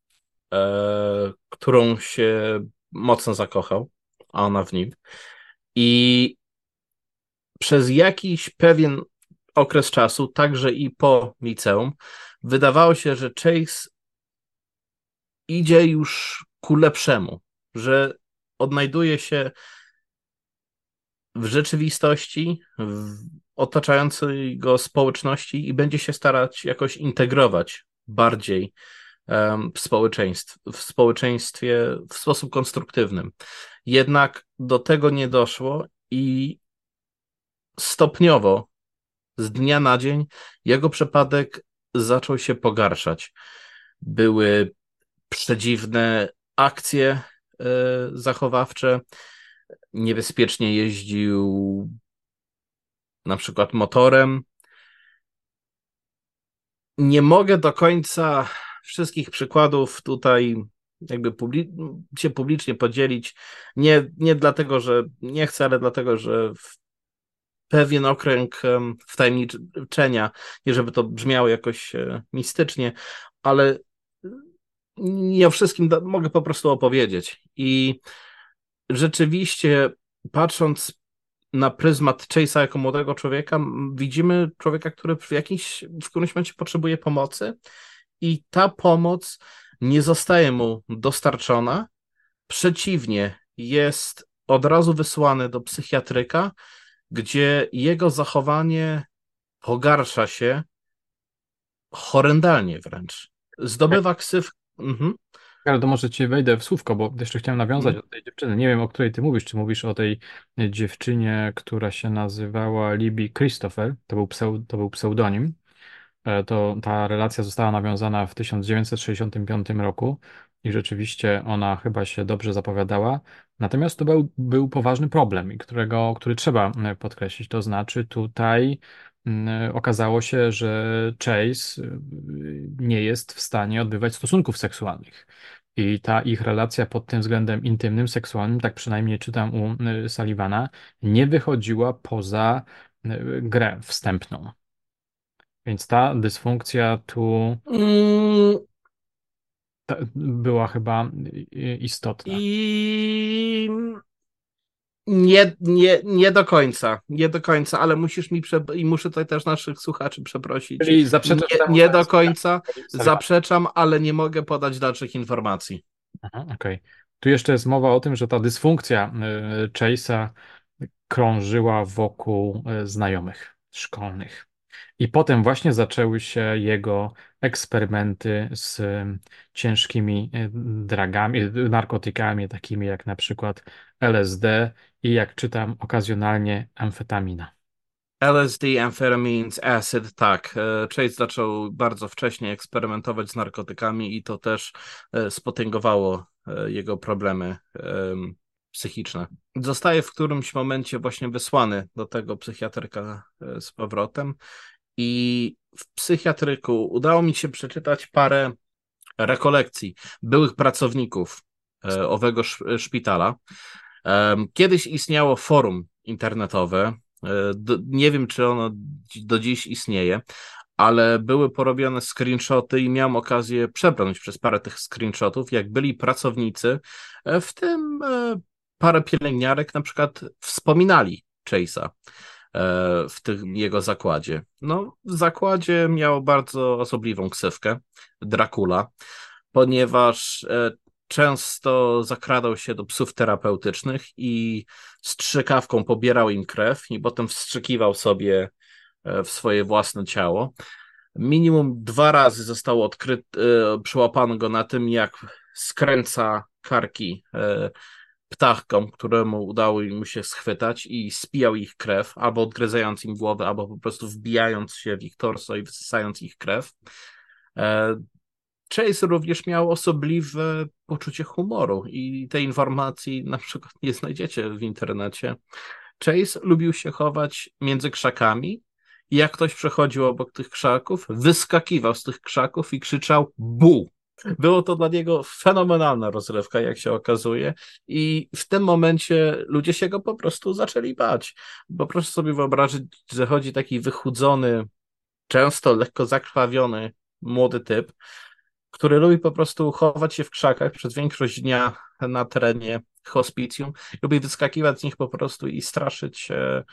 którą się mocno zakochał, a ona w nim. I przez jakiś pewien okres czasu, także i po liceum, wydawało się, że Chase idzie już ku lepszemu, że odnajduje się w rzeczywistości, w otaczającej go społeczności i będzie się starać jakoś integrować bardziej w społeczeństwie w sposób konstruktywnym. Jednak do tego nie doszło i stopniowo, z dnia na dzień, jego przypadek zaczął się pogarszać. Były przedziwne akcje zachowawcze, niebezpiecznie jeździł na przykład motorem. Nie mogę do końca wszystkich przykładów tutaj jakby się publicznie podzielić. Nie dlatego, że nie chcę, ale dlatego, że w pewien okręg wtajemniczenia, nie żeby to brzmiało jakoś mistycznie, ale nie o wszystkim mogę po prostu opowiedzieć. I rzeczywiście, patrząc na pryzmat Chase'a jako młodego człowieka, widzimy człowieka, który w którymś momencie potrzebuje pomocy i ta pomoc nie zostaje mu dostarczona. Przeciwnie, jest od razu wysłany do psychiatryka, gdzie jego zachowanie pogarsza się horrendalnie wręcz. Zdobywa ksyw. Mhm. Ale to może ci wejdę w słówko, bo jeszcze chciałem nawiązać Mhm. do tej dziewczyny. Nie wiem, o której ty mówisz. Czy mówisz o tej dziewczynie, która się nazywała Libby Christopher? To był pseudonim. To ta relacja została nawiązana w 1965 roku i rzeczywiście ona chyba się dobrze zapowiadała. Natomiast to był poważny problem, który trzeba podkreślić. To znaczy tutaj okazało się, że Chase nie jest w stanie odbywać stosunków seksualnych. I ta ich relacja pod tym względem intymnym, seksualnym, tak przynajmniej czytam u Sullivana, nie wychodziła poza grę wstępną. Więc ta dysfunkcja tu Mm, była chyba istotna. I nie do końca, nie do końca, ale musisz i muszę tutaj też naszych słuchaczy przeprosić. Czyli zaprzeczasz temu, Nie co do jest końca Sullivan. zaprzeczam, ale nie mogę podać dalszych informacji. Aha, okej. Tu jeszcze jest mowa o tym, że ta dysfunkcja Chase'a krążyła wokół znajomych szkolnych. I potem właśnie zaczęły się jego eksperymenty z ciężkimi dragami, narkotykami, takimi jak na przykład LSD i jak czytam, okazjonalnie amfetamina. LSD, amphetamines, acid, tak. Chase zaczął bardzo wcześnie eksperymentować z narkotykami i to też spotęgowało jego problemy psychiczne. Zostaje w którymś momencie właśnie wysłany do tego psychiatryka z powrotem i w psychiatryku udało mi się przeczytać parę rekolekcji byłych pracowników owego szpitala. Kiedyś istniało forum internetowe. Nie wiem, czy ono do dziś istnieje, ale były porobione screenshoty i miałem okazję przebrnąć przez parę tych screenshotów, jak byli pracownicy, w tym parę pielęgniarek na przykład wspominali Chase'a w tym jego zakładzie. No, w zakładzie miał bardzo osobliwą ksywkę, Dracula, ponieważ często zakradał się do psów terapeutycznych i strzykawką pobierał im krew i potem wstrzykiwał sobie w swoje własne ciało. Minimum 2 razy zostało przyłapano go na tym, jak skręca karki ptachkom, któremu udało mu się schwytać i spijał ich krew, albo odgryzając im głowę, albo po prostu wbijając się w ich torso i wysysając ich krew. E, Chase również miał osobliwe poczucie humoru i tej informacji na przykład nie znajdziecie w internecie. Chase lubił się chować między krzakami i jak ktoś przechodził obok tych krzaków, wyskakiwał z tych krzaków i krzyczał bu. Było to dla niego fenomenalna rozrywka, jak się okazuje, i w tym momencie ludzie się go po prostu zaczęli bać. Bo proszę sobie wyobrazić, że chodzi taki wychudzony, często lekko zakrwawiony młody typ, który lubi po prostu chować się w krzakach przez większość dnia na terenie hospicjum, lubi wyskakiwać z nich po prostu i straszyć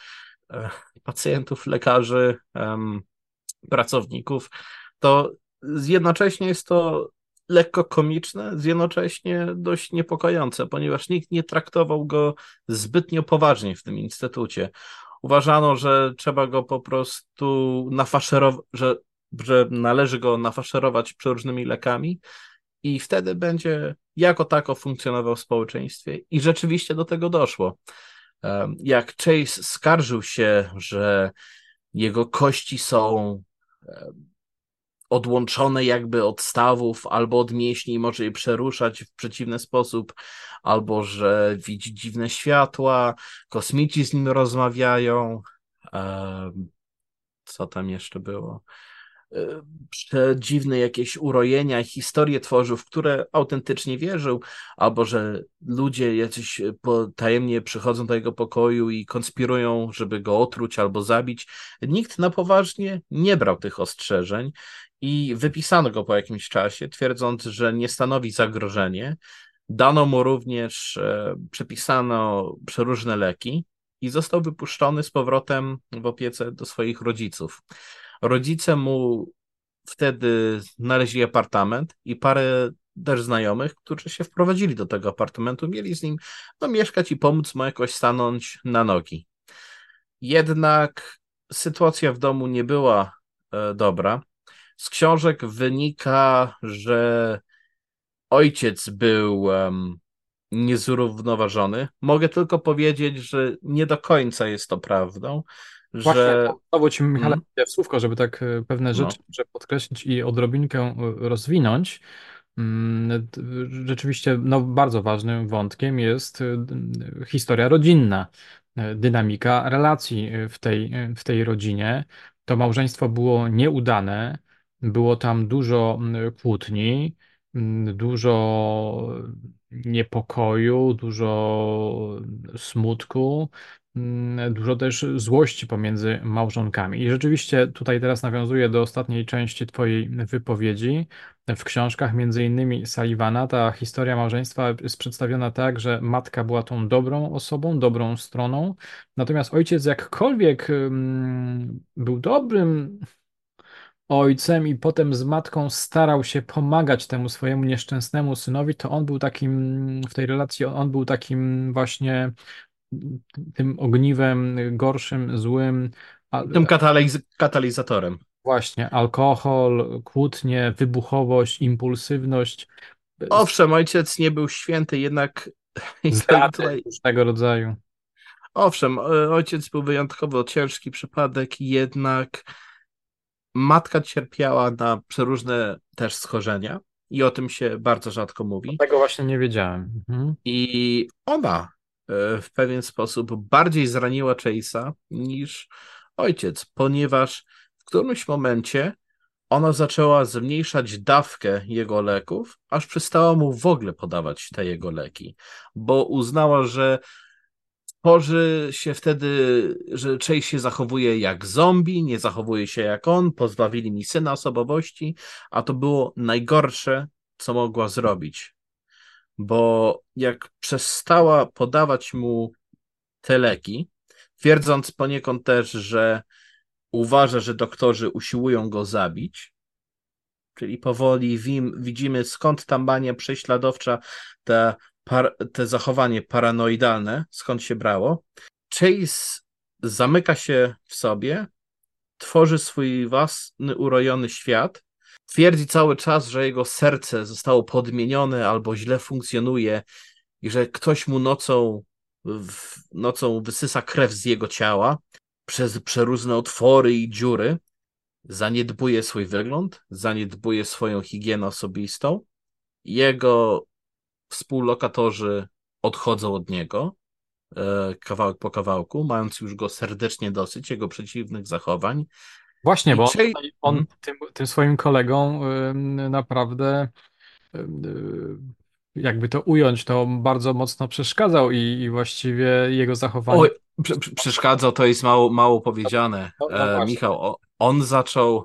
pacjentów, lekarzy, pracowników, to jednocześnie jest to lekko komiczne, jednocześnie dość niepokojące, ponieważ nikt nie traktował go zbytnio poważnie w tym instytucie. Uważano, że trzeba go po prostu nafaszerować, że należy go nafaszerować przeróżnymi lekami i wtedy będzie jako tako funkcjonował w społeczeństwie. I rzeczywiście do tego doszło. Jak Chase skarżył się, że jego kości są odłączone jakby od stawów albo od mięśni i może je przeruszać w przeciwny sposób, albo że widzi dziwne światła, kosmici z nim rozmawiają. Co tam jeszcze było? Przedziwne jakieś urojenia, historie tworzył, w które autentycznie wierzył, albo że ludzie jacyś tajemnie przychodzą do jego pokoju i konspirują, żeby go otruć albo zabić. Nikt na poważnie nie brał tych ostrzeżeń i wypisano go po jakimś czasie, twierdząc, że nie stanowi zagrożenie. Dano mu również, przepisano przeróżne leki i został wypuszczony z powrotem w opiece do swoich rodziców. Rodzice mu wtedy znaleźli apartament i parę też znajomych, którzy się wprowadzili do tego apartamentu, mieli z nim no, mieszkać i pomóc mu jakoś stanąć na nogi. Jednak sytuacja w domu nie była dobra. Z książek wynika, że ojciec był niezrównoważony. Mogę tylko powiedzieć, że nie do końca jest to prawdą, Właśnie, że to znowu ci, Michale, mm, w słówko, żeby tak pewne rzeczy no, może podkreślić i odrobinkę rozwinąć. Rzeczywiście, no, bardzo ważnym wątkiem jest historia rodzinna, dynamika relacji w tej rodzinie. To małżeństwo było nieudane, było tam dużo kłótni, dużo niepokoju, dużo smutku, dużo też złości pomiędzy małżonkami. I rzeczywiście tutaj teraz nawiązuję do ostatniej części Twojej wypowiedzi. W książkach, między innymi Sullivana, ta historia małżeństwa jest przedstawiona tak, że matka była tą dobrą osobą, dobrą stroną, natomiast ojciec jakkolwiek był dobrym ojcem i potem z matką starał się pomagać temu swojemu nieszczęsnemu synowi, to on był takim, w tej relacji on był takim właśnie tym ogniwem gorszym, złym, a, Tym katalizatorem. właśnie alkohol, kłótnie, wybuchowość, impulsywność, Owszem, ojciec nie był święty, jednak i zdrady tutaj, różnego rodzaju. owszem, ojciec był wyjątkowo ciężki przypadek, jednak matka cierpiała na przeróżne też schorzenia i o tym się bardzo rzadko mówi. Tego właśnie nie wiedziałem. Mhm. I ona w pewien sposób bardziej zraniła Chase'a niż ojciec, ponieważ w którymś momencie ona zaczęła zmniejszać dawkę jego leków, aż przestała mu w ogóle podawać te jego leki, bo uznała, że tworzy się wtedy, że Chase się zachowuje jak zombie, nie zachowuje się jak on, pozbawili mi syna osobowości, a to było najgorsze, co mogła zrobić, bo jak przestała podawać mu te leki, twierdząc poniekąd też, że uważa, że doktorzy usiłują go zabić, czyli powoli widzimy, skąd ta mania prześladowcza, te zachowanie paranoidalne, skąd się brało. Chase zamyka się w sobie, tworzy swój własny urojony świat, twierdzi cały czas, że jego serce zostało podmienione albo źle funkcjonuje i że ktoś mu nocą wysysa krew z jego ciała przez przeróżne otwory i dziury, zaniedbuje swój wygląd, zaniedbuje swoją higienę osobistą. Jego współlokatorzy odchodzą od niego kawałek po kawałku, mając już go serdecznie dosyć, jego przeciwnych zachowań. Właśnie, I bo on, Chase, tutaj, on tym swoim kolegom naprawdę jakby to ująć, to bardzo mocno przeszkadzał i właściwie jego zachowanie. oj, przeszkadzał, to jest mało powiedziane. No właśnie. Michał, on zaczął.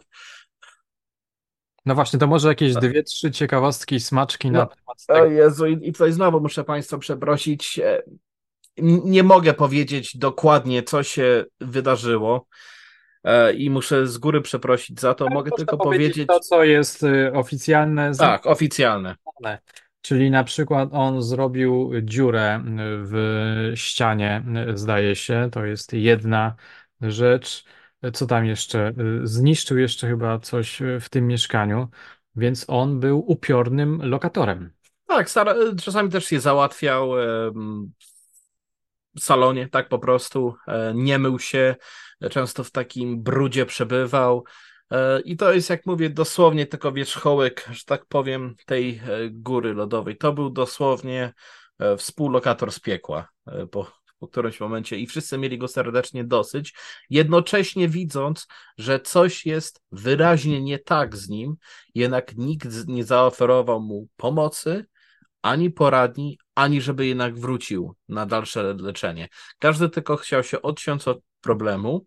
No właśnie, to może jakieś dwie, trzy ciekawostki, smaczki na No, temat o tego. Jezu, i tutaj znowu muszę Państwa przeprosić. Nie mogę powiedzieć dokładnie, co się wydarzyło i muszę z góry przeprosić za to. Mogę Można tylko powiedzieć to, powiedzieć, co jest oficjalne, tak, oficjalne. znane. Czyli na przykład on zrobił dziurę w ścianie, zdaje się, to jest jedna rzecz. Co tam jeszcze? Zniszczył jeszcze chyba coś w tym mieszkaniu, więc on był upiornym lokatorem. Tak, czasami też się załatwiał w salonie, tak po prostu. Nie mył się, często w takim brudzie przebywał. I to jest, jak mówię, dosłownie tylko wierzchołek, że tak powiem, tej góry lodowej. To był dosłownie współlokator z piekła po którymś momencie i wszyscy mieli go serdecznie dosyć, jednocześnie widząc, że coś jest wyraźnie nie tak z nim, jednak nikt nie zaoferował mu pomocy, ani poradni, ani żeby jednak wrócił na dalsze leczenie. Każdy tylko chciał się odciąć od problemu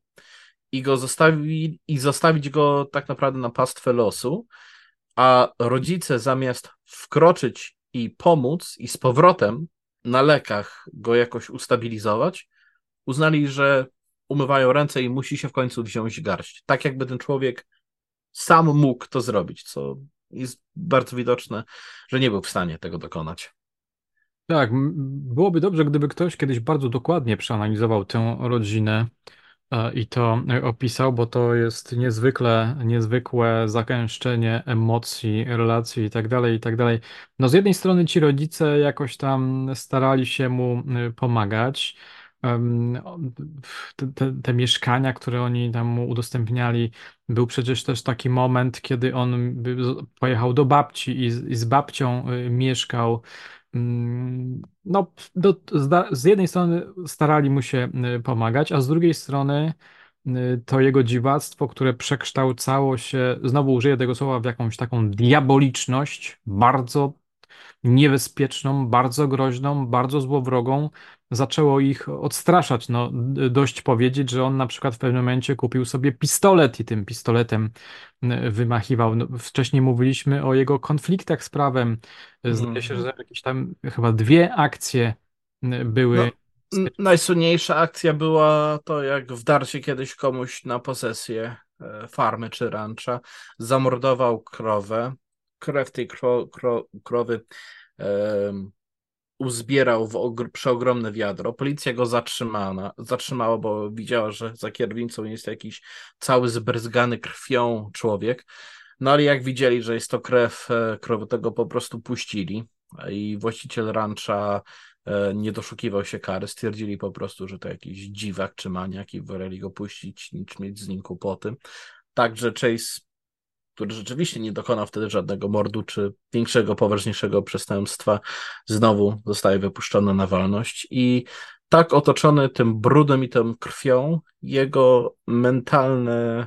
i zostawić go tak naprawdę na pastwę losu, a rodzice zamiast wkroczyć i pomóc i z powrotem na lekach go jakoś ustabilizować, uznali, że umywają ręce i musi się w końcu wziąć garść. Tak jakby ten człowiek sam mógł to zrobić, co jest bardzo widoczne, że nie był w stanie tego dokonać. Tak, byłoby dobrze, gdyby ktoś kiedyś bardzo dokładnie przeanalizował tę rodzinę i to opisał, bo to jest niezwykłe zagęszczenie emocji, relacji i tak dalej, i tak dalej. No z jednej strony ci rodzice jakoś tam starali się mu pomagać. Te mieszkania, które oni tam mu udostępniali, był przecież też taki moment, kiedy on pojechał do babci i z babcią mieszkał. No, z jednej strony starali mu się pomagać, a z drugiej strony to jego dziwactwo, które przekształcało się, znowu użyję tego słowa, w jakąś taką diaboliczność, bardzo niebezpieczną, bardzo groźną, bardzo złowrogą, zaczęło ich odstraszać. No, dość powiedzieć, że on na przykład w pewnym momencie kupił sobie pistolet i tym pistoletem wymachiwał. No, wcześniej mówiliśmy o jego konfliktach z prawem. Zdaje się, Mhm. że jakieś tam chyba dwie akcje były. No, najsłynniejsza akcja była to, jak wdarł się kiedyś komuś na posesję farmy czy rancha, zamordował krowę, krew tej krowy uzbierał przeogromne wiadro. Policja go zatrzymała, bo widziała, że za kierownicą jest jakiś cały zbryzgany krwią człowiek. No ale jak widzieli, że jest to krew krowy, tego po prostu puścili i właściciel rancha nie doszukiwał się kary. Stwierdzili po prostu, że to jakiś dziwak czy maniak i woleli go puścić, niż mieć z nim kłopoty. Także Chase, który rzeczywiście nie dokonał wtedy żadnego mordu czy większego, poważniejszego przestępstwa, znowu zostaje wypuszczony na wolność i tak otoczony tym brudem i tą krwią, jego mentalne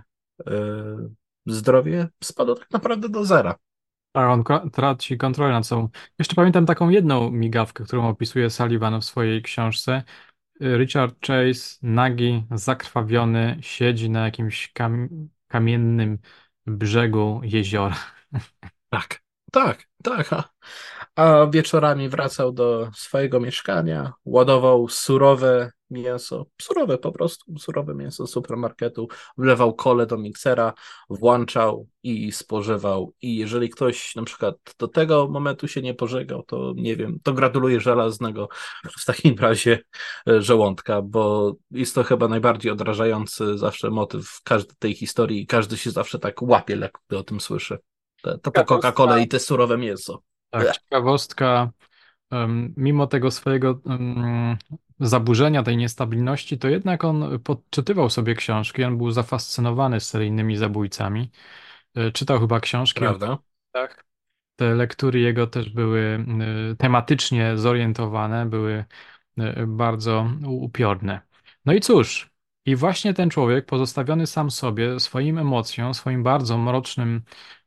zdrowie spadło tak naprawdę do zera. A on traci kontrolę nad sobą. Jeszcze pamiętam taką jedną migawkę, którą opisuje Sullivan w swojej książce. Richard Chase, nagi, zakrwawiony, siedzi na jakimś kamiennym brzegu jeziora. Tak, tak. A wieczorami wracał do swojego mieszkania, ładował surowe mięso, surowe po prostu, surowe mięso z supermarketu, wlewał kole do miksera, włączał i spożywał. I jeżeli ktoś na przykład do tego momentu się nie pożegał, to nie wiem, to gratuluję żelaznego w takim razie żołądka, bo jest to chyba najbardziej odrażający zawsze motyw każdej tej historii i każdy się zawsze tak łapie, gdy o tym słyszy. Ta Coca-Cola Ciekawostka. i te surowe mięso. Tak, ciekawostka. Mimo tego swojego zaburzenia, tej niestabilności, to jednak on podczytywał sobie książki. On był zafascynowany seryjnymi zabójcami. Czytał chyba książki o Prawda? tak. Te lektury jego też były tematycznie zorientowane, były bardzo upiorne. No i cóż, i właśnie ten człowiek pozostawiony sam sobie, swoim emocjom, swoim bardzo mrocznym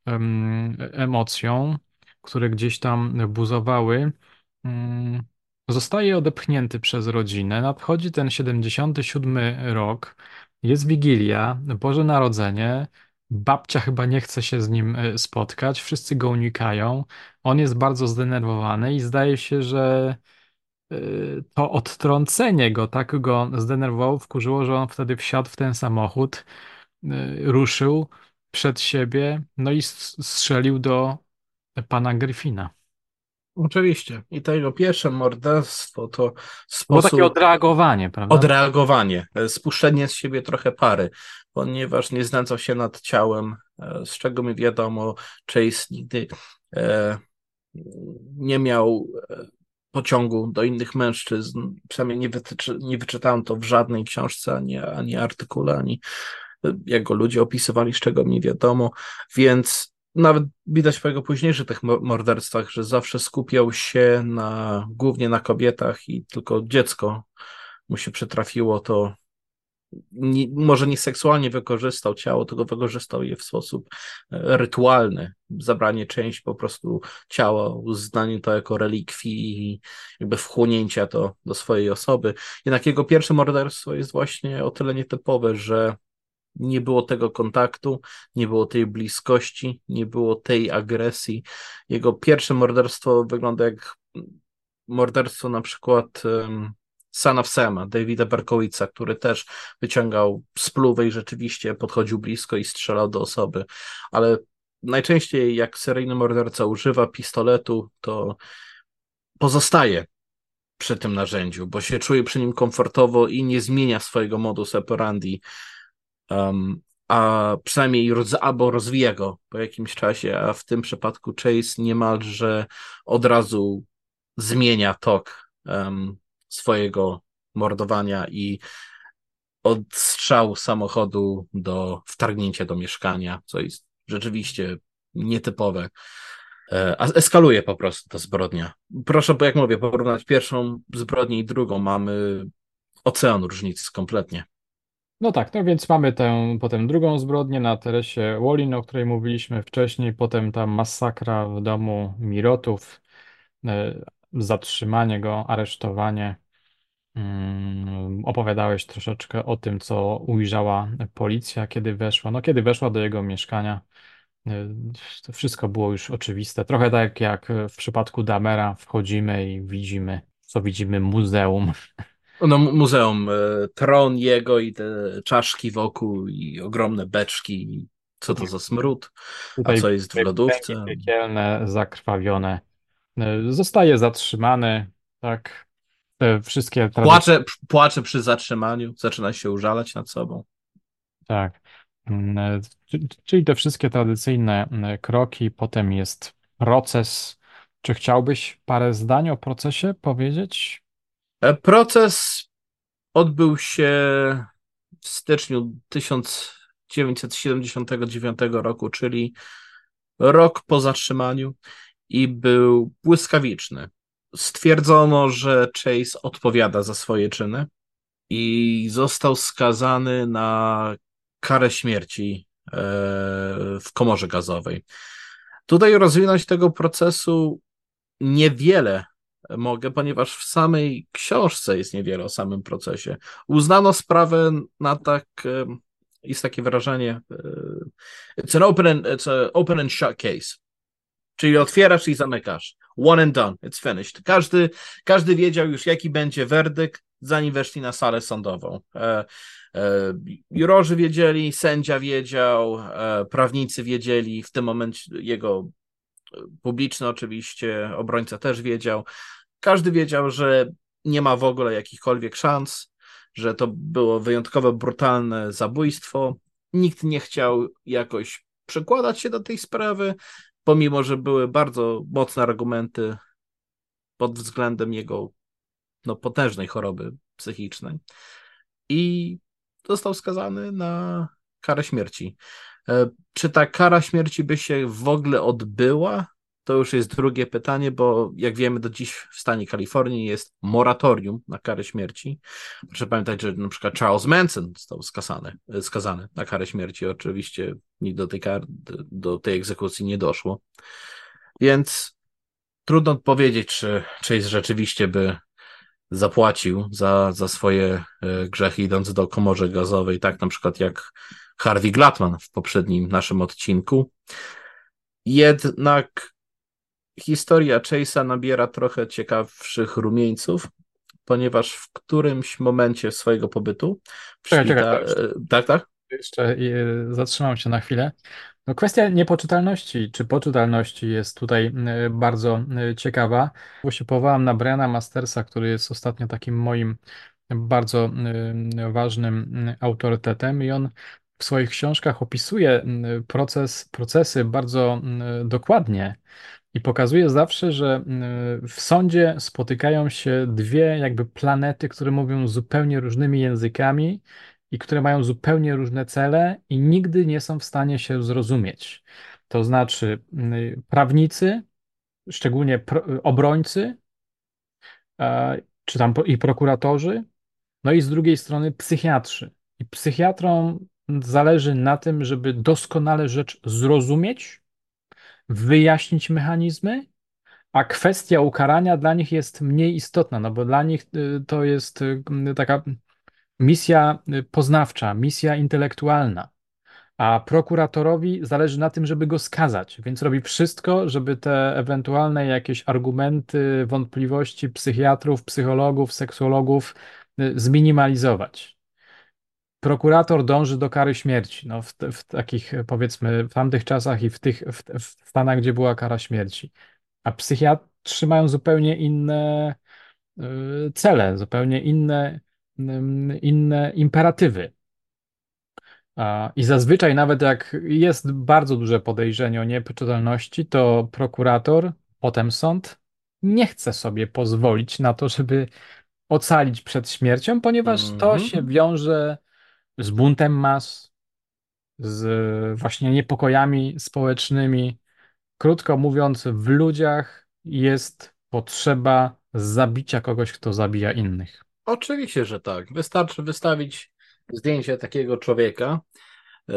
emocjom, które gdzieś tam buzowały, mm, zostaje odepchnięty przez rodzinę. Nadchodzi ten 77 rok, jest Wigilia, Boże Narodzenie. Babcia chyba nie chce się z nim spotkać, wszyscy go unikają. On jest bardzo zdenerwowany i zdaje się, że to odtrącenie go tak go zdenerwowało, wkurzyło, że on wtedy wsiadł w ten samochód, ruszył przed siebie, no i strzelił do pana Gryfina. Oczywiście. I to jego pierwsze morderstwo to To było takie sposób odreagowanie, prawda? odreagowanie, spuszczenie z siebie trochę pary, ponieważ nie znęcał się nad ciałem, z czego mi wiadomo, Chase nigdy e, nie miał pociągu do innych mężczyzn. Przynajmniej nie wyczytałem to w żadnej książce, ani artykule, ani jak go ludzie opisywali, z czego mi wiadomo, więc nawet widać po jego późniejszych tych morderstwach, że zawsze skupiał się głównie na kobietach i tylko dziecko mu się przytrafiło, to może nie seksualnie wykorzystał ciało, tylko wykorzystał je w sposób rytualny. Zabranie części po prostu ciała, uznanie to jako relikwii i jakby wchłonięcia to do swojej osoby. Jednak jego pierwsze morderstwo jest właśnie o tyle nietypowe, że nie było tego kontaktu, nie było tej bliskości, nie było tej agresji. Jego pierwsze morderstwo wygląda jak morderstwo na przykład Son of Sama, Davida Berkowica, który też wyciągał spluwę i rzeczywiście podchodził blisko i strzelał do osoby. Ale najczęściej jak seryjny morderca używa pistoletu, to pozostaje przy tym narzędziu, bo się czuje przy nim komfortowo i nie zmienia swojego modus operandi, a przynajmniej albo rozwija go po jakimś czasie, a w tym przypadku Chase niemalże od razu zmienia tok swojego mordowania i od strzału samochodu do wtargnięcia do mieszkania, co jest rzeczywiście nietypowe. A eskaluje po prostu ta zbrodnia. Proszę, bo jak mówię, porównać pierwszą zbrodnię i drugą. Mamy ocean różnic kompletnie. No tak, no więc mamy tę potem drugą zbrodnię na Teresie Wallin, o której mówiliśmy wcześniej, potem ta masakra w domu Mirotów, zatrzymanie go, aresztowanie. Opowiadałeś troszeczkę o tym, co ujrzała policja, kiedy weszła. No, kiedy weszła do jego mieszkania, to wszystko było już oczywiste. Trochę tak jak w przypadku Damera, wchodzimy i widzimy, co widzimy, muzeum. No, muzeum, tron jego i te czaszki wokół i ogromne beczki. Co to za smród? A Tutaj co jest w węgi lodówce? piekielne, zakrwawione. Zostaje zatrzymany, tak. Te wszystkie tradycje, Płacze przy zatrzymaniu, zaczyna się użalać nad sobą. tak. Czyli te wszystkie tradycyjne kroki, potem jest proces. Czy chciałbyś parę zdań o procesie powiedzieć? Proces odbył się w styczniu 1979 roku, czyli rok po zatrzymaniu i był błyskawiczny. Stwierdzono, że Chase odpowiada za swoje czyny i został skazany na karę śmierci w komorze gazowej. Tutaj rozwinąć tego procesu niewiele mogę, ponieważ w samej książce jest niewiele o samym procesie. Uznano sprawę na tak, jest takie wyrażenie, it's an open and shut case. Czyli otwierasz i zamykasz. One and done. It's finished. Każdy wiedział już, jaki będzie werdykt, zanim weszli na salę sądową. Jurorzy wiedzieli, sędzia wiedział, prawnicy wiedzieli, w tym momencie jego publiczny oczywiście, obrońca też wiedział. Każdy wiedział, że nie ma w ogóle jakichkolwiek szans, że to było wyjątkowo brutalne zabójstwo. Nikt nie chciał jakoś przykładać się do tej sprawy, pomimo że były bardzo mocne argumenty pod względem jego potężnej choroby psychicznej. I został skazany na karę śmierci. Czy ta kara śmierci by się w ogóle odbyła? To już jest drugie pytanie, bo jak wiemy, do dziś w stanie Kalifornii jest moratorium na karę śmierci. Proszę pamiętać, że na przykład Charles Manson został skazany na karę śmierci. Oczywiście nikt do tej egzekucji nie doszło. Więc trudno powiedzieć, czy jest rzeczywiście by zapłacił za swoje grzechy, idąc do komorze gazowej, tak na przykład jak Harvey Gladman w poprzednim naszym odcinku. Jednak historia Chase'a nabiera trochę ciekawszych rumieńców, ponieważ w którymś momencie swojego pobytu w Czekaj, to tak, tak? jeszcze zatrzymam się na chwilę. No, kwestia niepoczytalności czy poczytalności jest tutaj bardzo ciekawa, bo się powołam na Briana Mastersa, który jest ostatnio takim moim bardzo ważnym autorytetem i on w swoich książkach opisuje procesy bardzo dokładnie i pokazuje zawsze, że w sądzie spotykają się dwie jakby planety, które mówią zupełnie różnymi językami i które mają zupełnie różne cele i nigdy nie są w stanie się zrozumieć. To znaczy prawnicy, szczególnie obrońcy, czy tam i prokuratorzy, no i z drugiej strony psychiatrzy. I psychiatrom zależy na tym, żeby doskonale rzecz zrozumieć, wyjaśnić mechanizmy, a kwestia ukarania dla nich jest mniej istotna, no bo dla nich to jest taka misja poznawcza, misja intelektualna. A prokuratorowi zależy na tym, żeby go skazać, więc robi wszystko, żeby te ewentualne jakieś argumenty, wątpliwości psychiatrów, psychologów, seksologów zminimalizować. Prokurator dąży do kary śmierci, no w takich powiedzmy w tamtych czasach i w Stanach, gdzie była kara śmierci. A psychiatrzy mają zupełnie inne cele, zupełnie inne imperatywy. I zazwyczaj, nawet jak jest bardzo duże podejrzenie o niepoczytalności, to prokurator, potem sąd, nie chce sobie pozwolić na to, żeby ocalić przed śmiercią, ponieważ to Mhm. się wiąże z buntem mas, z właśnie niepokojami społecznymi. Krótko mówiąc, w ludziach jest potrzeba zabicia kogoś, kto zabija innych. Oczywiście, że tak. Wystarczy wystawić zdjęcie takiego człowieka e,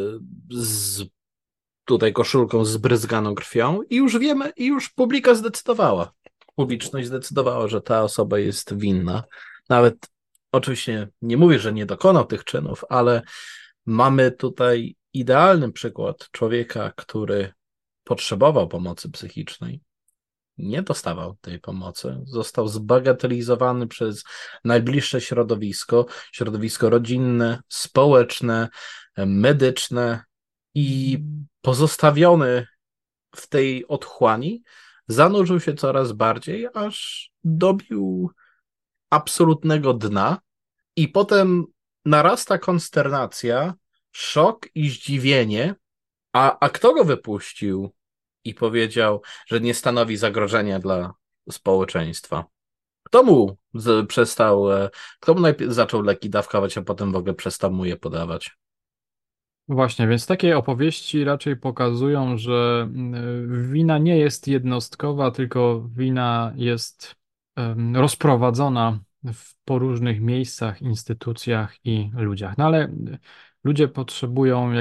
z tutaj koszulką zbryzganą krwią i już wiemy, i już publika zdecydowała. Publiczność zdecydowała, że ta osoba jest winna. Nawet oczywiście nie mówię, że nie dokonał tych czynów, ale mamy tutaj idealny przykład człowieka, który potrzebował pomocy psychicznej, nie dostawał tej pomocy, został zbagatelizowany przez najbliższe środowisko, środowisko rodzinne, społeczne, medyczne i pozostawiony w tej otchłani, zanurzył się coraz bardziej, aż dobił absolutnego dna i potem narasta konsternacja, szok i zdziwienie, a kto go wypuścił i powiedział, że nie stanowi zagrożenia dla społeczeństwa? Kto mu przestał, kto mu najpierw zaczął leki dawkować, a potem w ogóle przestał mu je podawać? Właśnie, więc takie opowieści raczej pokazują, że wina nie jest jednostkowa, tylko wina jest rozprowadzona po różnych miejscach, instytucjach i ludziach. No ale ludzie potrzebują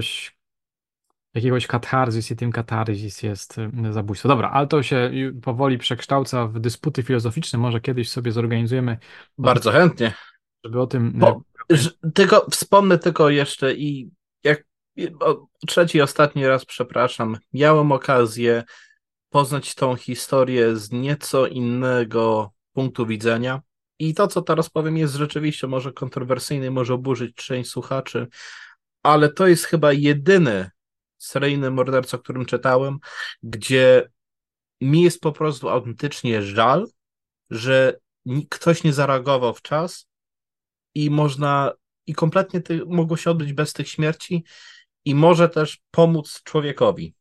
jakiegoś katarzis i tym katarzis jest zabójstwo. Dobra, ale to się powoli przekształca w dysputy filozoficzne. Może kiedyś sobie zorganizujemy odcinek, Bardzo chętnie. żeby o tym Po, tylko wspomnę tylko jeszcze i jak trzeci i ostatni raz, przepraszam, miałem okazję poznać tą historię z nieco innego punktu widzenia. I to, co teraz powiem, jest rzeczywiście może kontrowersyjne, może oburzyć część słuchaczy, ale to jest chyba jedyny seryjny morderca, o którym czytałem, gdzie mi jest po prostu autentycznie żal, że ktoś nie zareagował w czas i można, i kompletnie mogło się odbyć bez tych śmierci i może też pomóc człowiekowi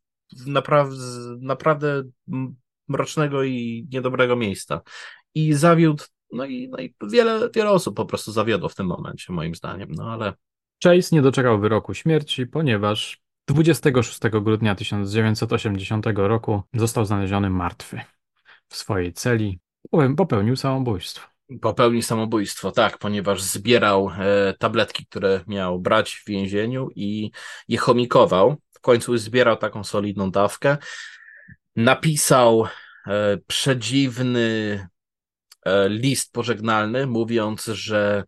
z naprawdę mrocznego i niedobrego miejsca. I zawiódł, no i wiele osób po prostu zawiodło w tym momencie, moim zdaniem, no ale Chase nie doczekał wyroku śmierci, ponieważ 26 grudnia 1980 roku został znaleziony martwy w swojej celi. Popełnił samobójstwo. popełnił samobójstwo, tak, ponieważ zbierał tabletki, które miał brać w więzieniu i je chomikował. W końcu zbierał taką solidną dawkę. Napisał przedziwny list pożegnalny, mówiąc, że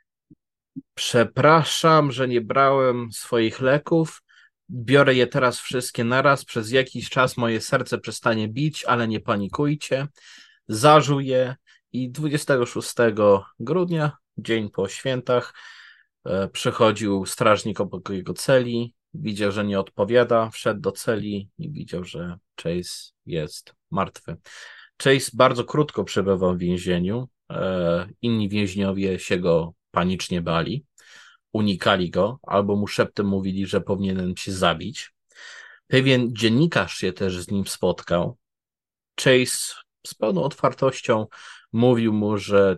przepraszam, że nie brałem swoich leków. Biorę je teraz wszystkie naraz. Przez jakiś czas moje serce przestanie bić, ale nie panikujcie. Zażył je i 26 grudnia, dzień po świętach, przychodził strażnik obok jego celi. Widział, że nie odpowiada. Wszedł do celi i widział, że Chase jest martwy. Chase bardzo krótko przebywał w więzieniu. Inni więźniowie się go panicznie bali, unikali go, albo mu szeptem mówili, że powinienem się zabić. Pewien dziennikarz się też z nim spotkał. Chase z pełną otwartością mówił mu, że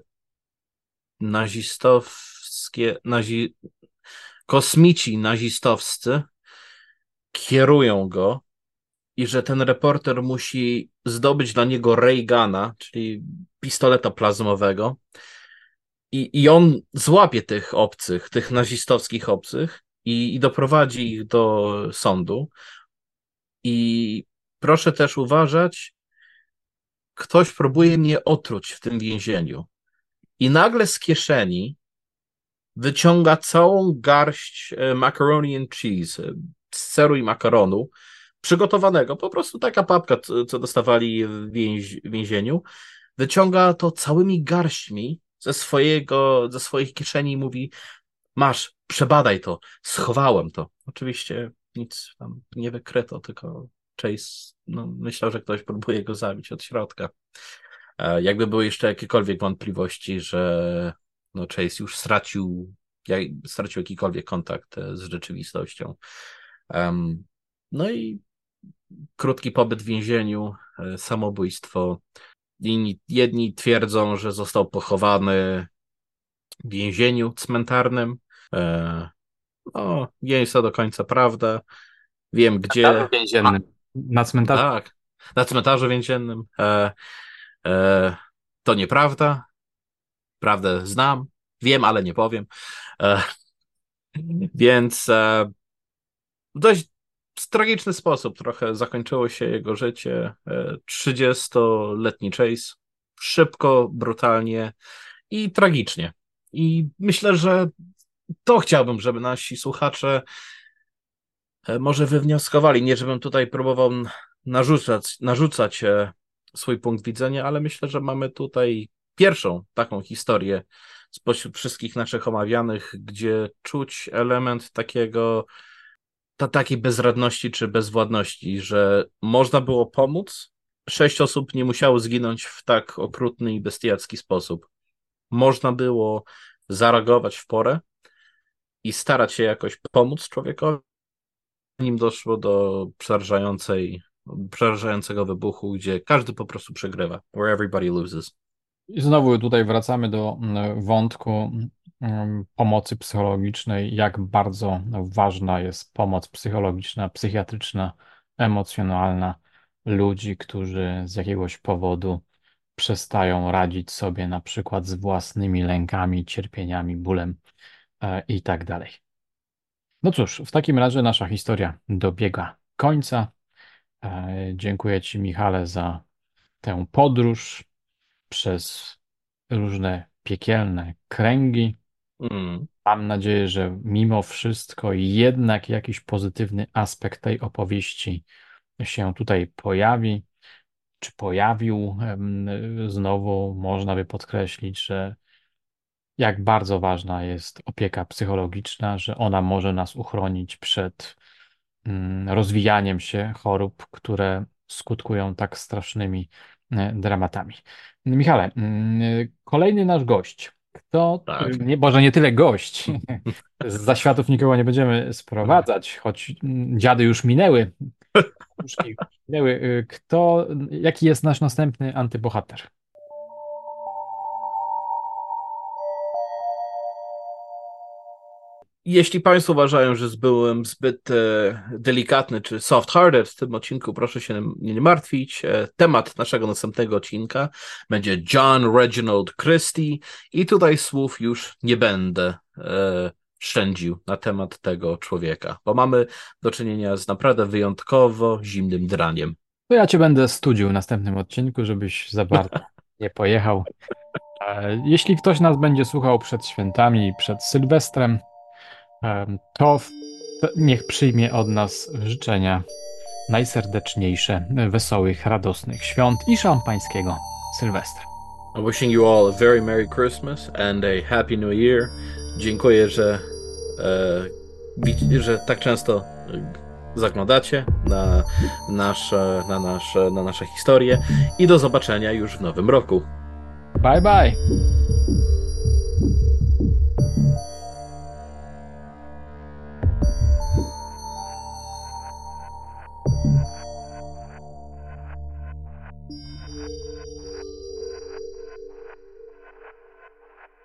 nazistowskie, kosmici nazistowscy kierują go i że ten reporter musi zdobyć dla niego Reagana, czyli pistoleta plazmowego, i on złapie tych obcych, tych nazistowskich obcych i doprowadzi ich do sądu. I proszę też uważać, ktoś próbuje mnie otruć w tym więzieniu. I nagle z kieszeni wyciąga całą garść macaroni and cheese, z seru i makaronu, przygotowanego, po prostu taka papka, co dostawali w więzieniu. Wyciąga to całymi garśćmi ze swoich kieszeni i mówi: masz, przebadaj to, schowałem to. Oczywiście nic tam nie wykryto, tylko Chase myślał, że ktoś próbuje go zabić od środka. Jakby były jeszcze jakiekolwiek wątpliwości, że Chase już stracił jakikolwiek kontakt z rzeczywistością. No i krótki pobyt w więzieniu, samobójstwo. Jedni twierdzą, że został pochowany w więzieniu cmentarnym. Nie jest to do końca prawda. Wiem gdzie. W więziennym. Na cmentarzu. Tak, na cmentarzu więziennym. To nieprawda. Prawdę znam. Wiem, ale nie powiem. Więc w dość tragiczny sposób trochę zakończyło się jego życie. 30-letni Chase. Szybko, brutalnie i tragicznie. I myślę, że to chciałbym, żeby nasi słuchacze może wywnioskowali. Nie, żebym tutaj próbował narzucać swój punkt widzenia, ale myślę, że mamy tutaj pierwszą taką historię spośród wszystkich naszych omawianych, gdzie czuć element takiej bezradności czy bezwładności, że można było pomóc. 6 osób nie musiało zginąć w tak okrutny i bestiacki sposób. Można było zareagować w porę i starać się jakoś pomóc człowiekowi, nim doszło do przerażającego wybuchu, gdzie każdy po prostu przegrywa, where everybody loses. I znowu tutaj wracamy do wątku pomocy psychologicznej, jak bardzo ważna jest pomoc psychologiczna, psychiatryczna, emocjonalna ludzi, którzy z jakiegoś powodu przestają radzić sobie na przykład z własnymi lękami, cierpieniami, bólem i tak dalej. No cóż, w takim razie nasza historia dobiega końca. Dziękuję Ci, Michale, za tę podróż przez różne piekielne kręgi. Mm, Mam nadzieję, że mimo wszystko jednak jakiś pozytywny aspekt tej opowieści się tutaj pojawi, czy pojawił. Znowu można by podkreślić, że jak bardzo ważna jest opieka psychologiczna, że ona może nas uchronić przed rozwijaniem się chorób, które skutkują tak strasznymi dramatami. Michale, kolejny nasz gość. Kto, tak. nie, może nie tyle gość, z zaświatów nikogo nie będziemy sprowadzać, choć dziady już minęły, puszki minęły. Jaki jest nasz następny antybohater? Jeśli Państwo uważają, że byłem zbyt delikatny czy soft-hearted w tym odcinku, proszę się nie martwić. Temat naszego następnego odcinka będzie John Reginald Christie i tutaj słów już nie będę szczędził na temat tego człowieka, bo mamy do czynienia z naprawdę wyjątkowo zimnym draniem. To ja cię będę studził w następnym odcinku, żebyś za bardzo nie pojechał. Jeśli ktoś nas będzie słuchał przed świętami, przed Sylwestrem, to niech przyjmie od nas życzenia najserdeczniejsze, wesołych, radosnych świąt i szampańskiego Sylwestra. I'm wishing you all a very Merry Christmas and a Happy New Year. Dziękuję, że tak często zaglądacie na nasze historie i do zobaczenia już w nowym roku. Bye bye!